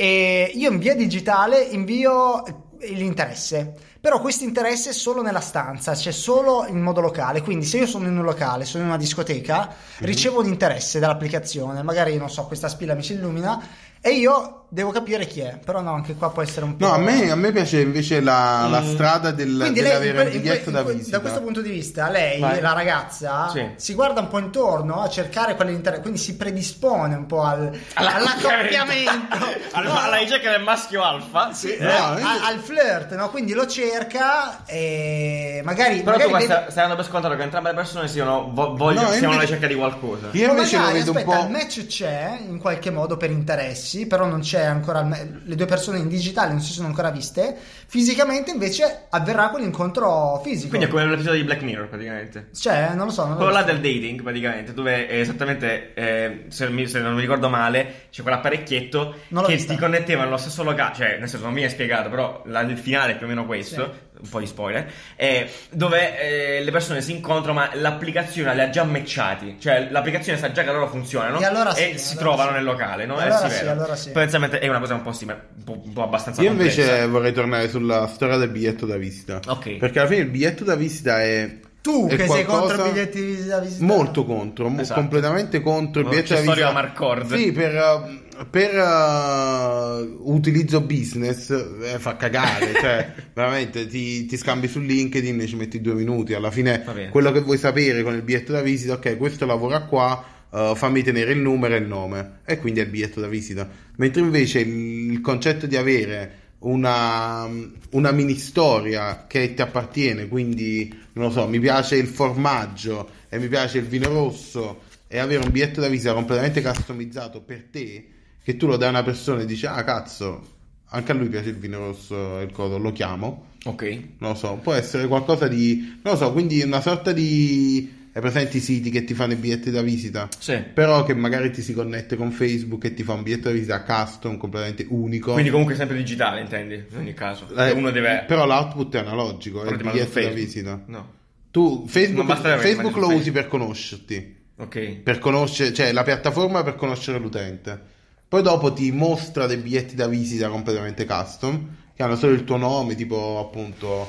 e io in via digitale invio l'interesse. Però questo interesse è solo nella stanza, cioè solo in modo locale. Quindi se io sono in un locale, sono in una discoteca, ricevo un interesse dall'applicazione. Magari, non so, questa spilla mi si illumina e io devo capire chi è. Però no, anche qua può essere un po'... No, a me, a me piace invece la, la Mm. strada del, Quindi lei, in dell'avere que- un in biglietto que- da in que- visita. da questo punto di vista, lei, Vai. la ragazza, Sì. si guarda un po' intorno a cercare quell'interesse, quindi si predispone un po' al, all'accoppiamento, alla, no, alla ricerca del maschio alfa. sì, no, no, io- a- al flirt, no? Quindi lo cerca e magari, Però magari tu vede- stai, stai dando per scontato che entrambe le persone siano, vo- vogliono, No, siano alla invece- ricerca di qualcosa. Io o invece lo magari, vedo aspetta, un il po'. match c'è in qualche modo per interessi, però non c'è ancora il ma- le due persone in digitale non si sono ancora viste. Fisicamente invece avverrà quell'incontro fisico. Quindi è come l'episodio di Black Mirror praticamente. Cioè, non lo so, non lo Quello so. là del dating praticamente, dove è esattamente, eh, se, mi- se non mi ricordo male, c'è quell'apparecchietto Non l'ho che vista. ti connetteva nello stesso locale, cioè nel senso non mi è spiegato, però la- il finale è più o meno questo, un po' di spoiler, eh, dove eh, le persone si incontrano ma l'applicazione li ha già matchati, cioè l'applicazione sa già che loro funzionano E allora sì, si allora trovano sì. nel locale, no? E Eh, allora sì, sì, vero. allora sì. Potenzialmente è una cosa un po' simile, un po', un po' abbastanza Io complessa. invece vorrei tornare sulla storia del biglietto da visita. Ok. Perché alla fine il biglietto da visita è. Tu è che sei qualcosa- contro i biglietti di visita. Molto contro, mo- Esatto. completamente contro il Un biglietto da accessorio visita. a Marcord. Sì, per, uh, per uh, utilizzo business eh, fa cagare, cioè veramente ti, ti scambi su LinkedIn e ci metti due minuti, alla fine quello che vuoi sapere con il biglietto da visita, ok, questo lavora qua, uh, fammi tenere il numero e il nome, e quindi è il biglietto da visita. Mentre invece il, il concetto di avere una, una mini storia che ti appartiene, quindi non lo so, mi piace il formaggio e mi piace il vino rosso, e avere un biglietto da visita completamente customizzato per te, che tu lo dai a una persona e dici ah cazzo, anche a lui piace il vino rosso e il coso, lo chiamo, ok, non lo so, può essere qualcosa di, non lo so, quindi una sorta di, hai presenti i siti che ti fanno i biglietti da visita? Sì. Però che magari ti si connette con Facebook e ti fa un biglietto da visita custom completamente unico, quindi comunque sempre digitale, intendi, in ogni caso, eh, uno deve, però l'output è analogico, però è il ti mando biglietto da Facebook. visita. No, Tu Facebook, Non basta avere Facebook immagini lo su usi Facebook. per conoscerti, ok, per conoscere, cioè la piattaforma per conoscere l'utente. Poi dopo ti mostra dei biglietti da visita completamente custom che hanno solo il tuo nome, tipo appunto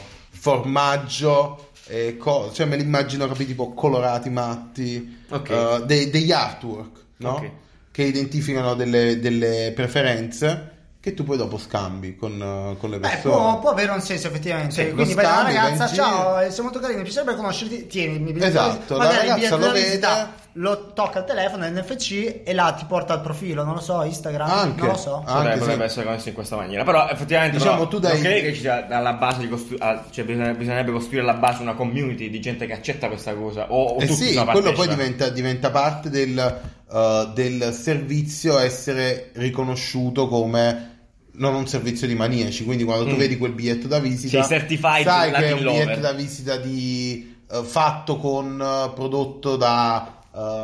formaggio e cose, cioè me li immagino, capito, tipo colorati matti, Ok. uh, dei- degli artwork, no? Ok. Che identificano delle, delle preferenze che tu poi dopo scambi con, uh, con le Beh, persone. può, può avere un senso effettivamente. Sì, Quindi lo vai dalla scambi, vai ragazza, in giro. ciao, eh, sei molto carino, mi piacerebbe conoscerti, tieni il mio biglietto, Esatto, la magari il ragazza biglietto lo da vede. visita, lo tocca al telefono, N F C, e là ti porta al profilo, non lo so, Instagram, Anche. non lo so. Ah, potrebbe, anche potrebbe sì. essere connesso in questa maniera, però effettivamente Diciamo, però, tu dai- non credi che ci sia alla base di costru- ah, cioè bisognerebbe, bisognerebbe costruire alla base una community di gente che accetta questa cosa, o, o Eh tutti sì, sono quello poi partecipa? diventa, diventa parte del, uh, del servizio, essere riconosciuto come non un servizio di maniaci. Quindi quando tu Mm. vedi quel biglietto da visita, Sei certified sai che è Latin un lover. biglietto da visita di, uh, fatto con uh, prodotto da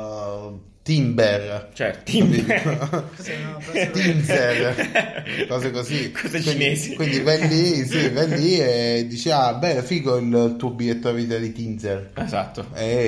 uh, Timber, Cioè, Tim- Cos'è, no, questo- Tinzer, cose così. Cose Quindi- cinesi. Quindi vai lì, sì, vai lì e dici ah beh, figo il tuo biglietto da visita di Tinzer, esatto.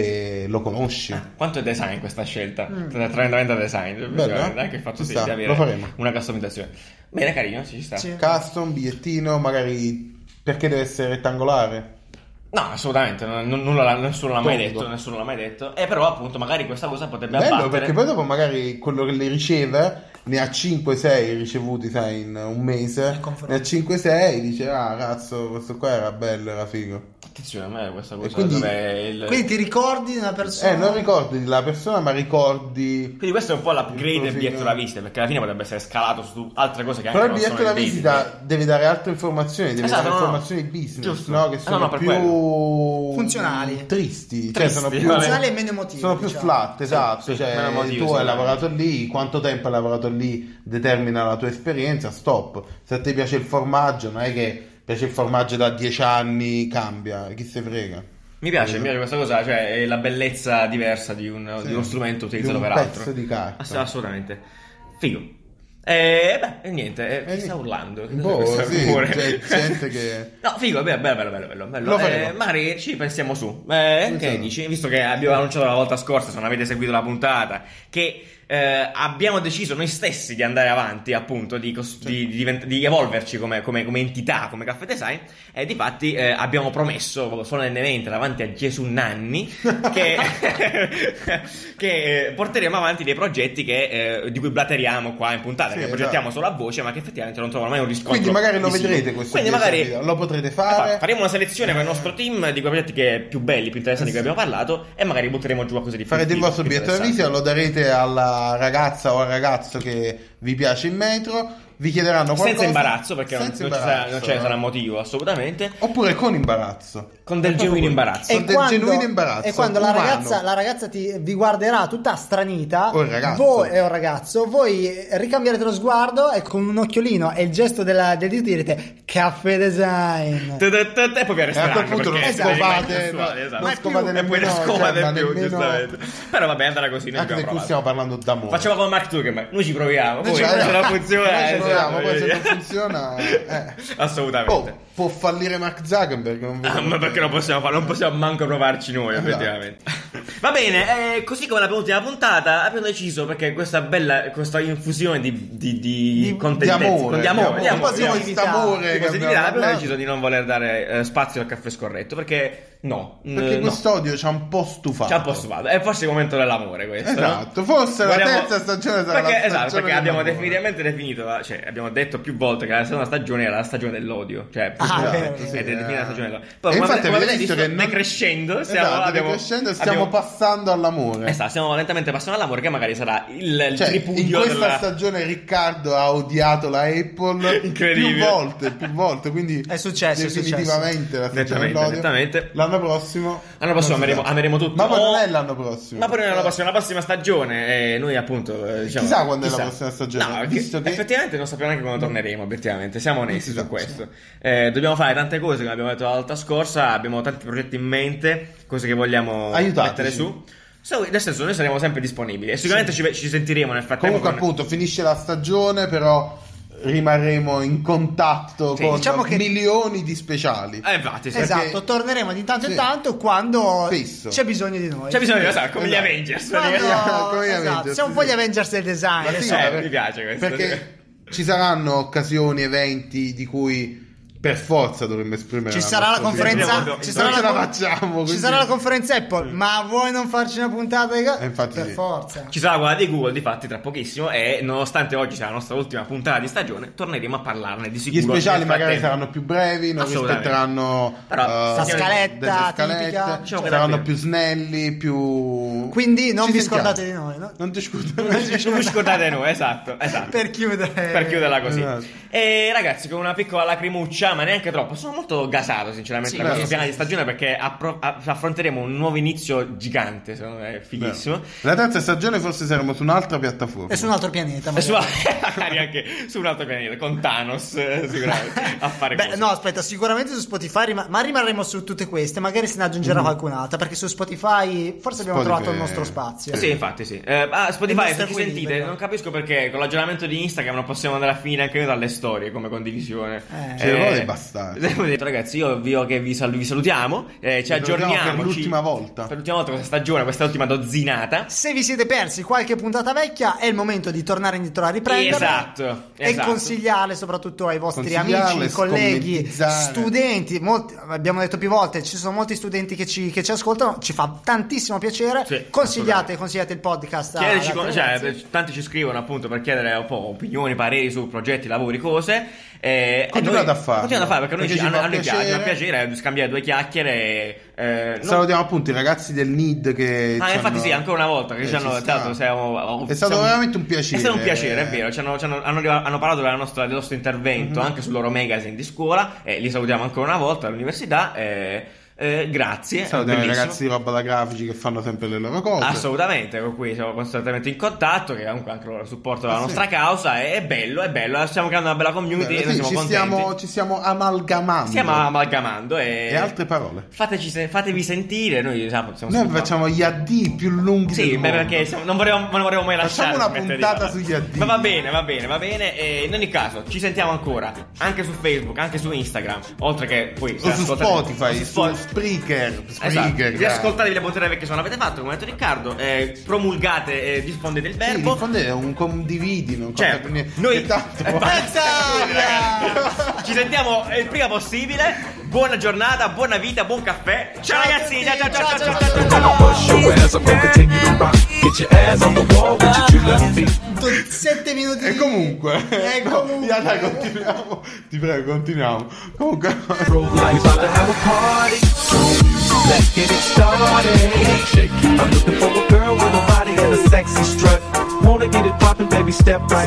e lo conosci. Quanto è design questa scelta? Tremendamente design. effettivamente, Anche il fatto Ci sì, sta, di avere lo faremo. una customizzazione. Bene, carino, ci sta. Sì. Custom, bigliettino, magari perché deve essere rettangolare? No, assolutamente, non, non- nulla l'ha- nessuno l'ha mai Tondo. detto, nessuno l'ha mai detto. E però appunto magari questa cosa potrebbe Bello, abbattere. perché poi dopo magari quello che le riceve ne ha cinque sei ricevuti, sai, in un mese, confronto. ne ha cinque sei, dice ah cazzo, questo qua era bello, era figo. Attenzione, a me questa cosa quindi- dove il... Quindi ti ricordi di una persona? Eh, non ricordi la persona, ma ricordi. Quindi questo è un po' l'upgrade Il del profilo. biglietto da visita, perché alla fine potrebbe essere scalato su altre cose che Però anche il non biglietto sono da il visita dating. deve dare altre informazioni, deve Esatto, dare no, no. informazioni business, Giusto. no? Che Ah, sono no, no, per più Funzionali. tristi, cioè Tristi, sono più, vabbè. Funzionali e meno emotivi, sono più diciamo. flat, esatto. sì, Cioè, meno emotivi, tu hai sicuramente. lavorato lì, quanto tempo hai lavorato lì determina la tua esperienza, stop. Se a te piace il formaggio, non è che piace il formaggio da dieci anni, cambia, chi se frega. Mi piace, mi piace questa cosa, cioè è la bellezza diversa di, un, Sì. di uno strumento utilizzato Di un per altro. pezzo di carta. Ass- assolutamente. Figo. E beh, e niente, eh, Eh, chi sta urlando? Che boh, cos'è questo sì, rumore? c'è gente che- No, figo, bello, bello, bello, bello, bello. Lo Eh, faremo. magari ci pensiamo su. Eh, Sì, che sì. dici? Visto che abbiamo annunciato la volta scorsa, se non avete seguito la puntata, che eh, abbiamo deciso noi stessi di andare avanti, appunto, di, cos- di, di divent- di evolverci come, come, come entità, come Caffè Design, e difatti eh, abbiamo promesso proprio solennemente davanti a Gesù Nanni che, che eh, porteremo avanti dei progetti che, eh, di cui blateriamo qua in puntata, Sì, che esatto. progettiamo solo a voce, ma che effettivamente non trovano mai un riscontro. Quindi magari lo visivo. vedrete questo Quindi biglietto magari da visita, lo potrete Esatto, fare. faremo una selezione con il nostro team di quei progetti che più belli, più interessanti di cui abbiamo parlato, e magari butteremo giù qualcosa di più Farete il figo, vostro più biglietto da interessante. visita, lo darete alla ragazza o al ragazzo che vi piace in metro, vi chiederanno qualcosa Senza imbarazzo, perché non, Senza non ci sarà, imbarazzo, non ce ne sarà no? motivo, assolutamente. Oppure con imbarazzo. Con del genuino imbarazzo. E- del genuino imbarazzo, e quando la umano. ragazza, la ragazza ti, vi guarderà tutta stranita, O il ragazzo. voi è un ragazzo, voi ricambierete lo sguardo e con un occhiolino e il gesto della, del dito direte Caffè Design. T-t-t-t, E poi vi E a arresteranno quel punto non perché Esatto. scopate, è no, sessuale, esatto. non scopate E poi nemmeno, ne scopate cioè, ma più, nemmeno- giustamente. Però vabbè, andrà così, noi Anche abbiamo perché qui provato. stiamo parlando d'amore. Facciamo come Mark Zuckerberg, noi ci proviamo, Noi poi ci se proviamo. non funziona, Noi ci eh, proviamo, poi se non esatto. funziona, eh. Assolutamente. Oh, può fallire Mark Zuckerberg, non vedo Ah, ma perché non possiamo farlo? Non possiamo manco provarci noi, Esatto. effettivamente. Va bene, eh, così come la penultima puntata abbiamo deciso, perché questa bella, questa infusione di, di, di, Di- contentezza, di amore, di amore, di di amore, amore, di amore, di di amore che positività, abbiamo abbiamo parlato. deciso di non voler dare eh, spazio al caffè scorretto, perché no, Perché eh, no. quest'odio ci ha un po' stufato. Ci ha un po' stufato. È forse il momento dell'amore questo, Esatto, no? forse la Vogliamo- terza stagione sarà perché, la esatto, stagione perché abbiamo dell'amore. definitivamente definito, la- cioè abbiamo detto più volte che la seconda stagione era la stagione dell'odio, cioè Ah, esatto, vero, è sì, definita eh. la stagione dell'odio. E Poi, infatti come avete avete visto visto, che non- decrescendo, stiamo, Esatto, abbiamo, decrescendo, stiamo abbiamo- passando all'amore. Esatto, stiamo lentamente passando all'amore, che magari sarà il, il Cioè, in tripudio questa della... stagione Riccardo ha odiato la Apple Incredibile. più volte, più volte, quindi È successo, è definitivamente la stagione Nettamente, dell'odio. nettamente. L'anno prossimo L'anno prossimo non si ameremo, sa. ameremo tutti. Ma poi Oh, non è l'anno prossimo. Ma poi non è la prossima, la prossima stagione, e noi appunto eh, diciamo, Chissà quando è la chissà. prossima stagione, No, perché visto che- effettivamente non sappiamo neanche quando torneremo, obiettivamente, siamo onesti si su sa, questo. Eh, dobbiamo fare tante cose, come abbiamo detto la volta scorsa, abbiamo tanti progetti in mente, cose che vogliamo Aiutateci. mettere su. So, nel senso, noi saremo sempre disponibili e sicuramente ci, ci sentiremo nel frattempo. Comunque con- appunto finisce la stagione, però rimarremo in contatto Sì, con diciamo che- milioni di speciali. Eh, infatti, sì. Esatto, Perché- torneremo di tanto in Sì. tanto quando Spesso. c'è bisogno di noi. C'è bisogno di esatto, come gli Esatto. Avengers. Quando- praticamente. Come gli esatto, Avengers, siamo un sì, po' gli sì. Avengers del design. Ma sì, adesso- Eh, per- mi piace questo. Perché ci saranno occasioni, eventi di cui per forza dovremmo esprimere Ci la sarà la nostra conferenza, opinione. ci Non sarà ce la, la con- facciamo, ci quindi- sarà la conferenza Apple, ma vuoi non farci una puntata di Eh, infatti per sì. forza. Ci sarà quella di Google, difatti, tra pochissimo. E nonostante oggi sia la nostra ultima puntata di stagione, torneremo a parlarne di Gli sicuro. speciali nel magari frattempo. saranno più brevi, non Assolutamente. rispetteranno Però, eh, sta delle scaletta scalette, tipica. Diciamo che saranno davvero. più snelli, più... Quindi non Ci vi sentiamo. scordate di noi, no? Non ti scordate. Non vi scordate noi, esatto, esatto. Per chiudere. Per chiuderla così. Esatto. E ragazzi, con una piccola lacrimuccia, ma neanche troppo. Sono molto gasato, sinceramente, Sì, da questo vero, piano sì, di stagione, perché appro- a- affronteremo un nuovo inizio gigante. Secondo me, è fighissimo. La terza stagione forse saremo su un'altra piattaforma. È su un altro pianeta. E su, magari. magari anche su un altro pianeta, con Thanos, eh, sicuramente, a fare Beh, cose. no, aspetta, sicuramente su Spotify, rima- ma rimarremo su tutte queste. Magari se ne aggiungerà qualcun'altra. Perché su Spotify forse abbiamo Spotify- trovato il nostro spazio. Sì, infatti, sì. Eh, ah, Spotify, Il se nostro ci sentite, equilibrio. non capisco perché con l'aggiornamento di Instagram non possiamo andare a finire anche noi dalle storie come condivisione. Eh. Ci devono dei bastardi. Devo dire, ragazzi, io vi, che vi, sal- vi salutiamo, eh, ci Vi salutiamo aggiorniamo per l'ultima ci- volta. Per l'ultima volta questa stagione, questa ultima dozzinata. Se vi siete persi qualche puntata vecchia, è il momento di tornare indietro a riprenderla. Esatto, E esatto. consigliarle soprattutto ai vostri Consigliarle, amici, colleghi, scommentizzare. studenti. Molti, abbiamo detto più volte, ci sono molti studenti che ci, che ci ascoltano. Ci fa tantissimo piacere. Sì, consigliate, consigliate il podcast. a- Chiedeteci ad con- altri cioè, ragazzi. tanti ci scrivono appunto per chiedere un po' opinioni, pareri su progetti, lavori, cose. Eh, Continuate e noi- a farlo. Continuate a farlo perché, Perché noi, ci a, fa a noi piace, piacere. fa piacere scambiare due chiacchiere. E, eh, non- Salutiamo appunto i ragazzi del N I D che Ah, ci infatti hanno- sì, ancora una volta che Eh, ci hanno ci sta. dato, siamo- È stato siamo- veramente un piacere. È stato un piacere, è vero. Ci hanno, ci hanno, hanno, arriva- hanno parlato della nostra- del nostro intervento Mhm. anche sul loro magazine di scuola. E li salutiamo ancora una volta all'università. E, eh, grazie. Salutiamo i bellissimo. ragazzi di roba da grafici che fanno sempre le loro cose. Assolutamente, con cui siamo costantemente in contatto, che comunque anche loro supportano la Sì. nostra causa. E è bello, è bello. Stiamo creando una bella community Beh, e noi sì, siamo ci, contenti. stiamo, ci stiamo amalgamando. Stiamo amalgamando e, E altre parole. fateci se- fatevi sentire. Noi siamo, siamo Noi super- facciamo gli A D più lunghi Sì, del beh, mondo. perché siamo- non, vorremmo, non vorremmo mai Facciamo lasciare una smettere di puntata farlo. sugli addini. Ma va bene, va bene, va bene. E in ogni caso, ci sentiamo ancora anche su Facebook, anche su Instagram. Oltre che poi se O su ascoltate- Spotify, o su Spo- Spreaker. Esatto. Spreaker, Riascoltatevi le puntate vecchie se non l'avete fatto, come ha detto Riccardo. Eh, promulgate e diffondete il Sì, verbo. diffondete un condividi, non Certo, conta più niente. noi Che tanto- Eh, basta, ragazzi. Ci sentiamo il prima possibile. Buona giornata, buona vita, buon caffè. Ciao, Ciao a ragazzi, tutti, ciao ciao ciao ciao, ciao, ciao, ciao, ciao, ciao. Bust your ass, I'm gonna continue to rock. Get your ass on the wall with your two left feet. Sette minuti. E di- comunque, E no, comunque. ya, dai, continuiamo. Ti prego, continuiamo. Comunque, Roll like about to have a party. Let's get it started. Shake it. I'm looking for a girl with a body and a sexy strut. Wanna get it poppin', baby, step right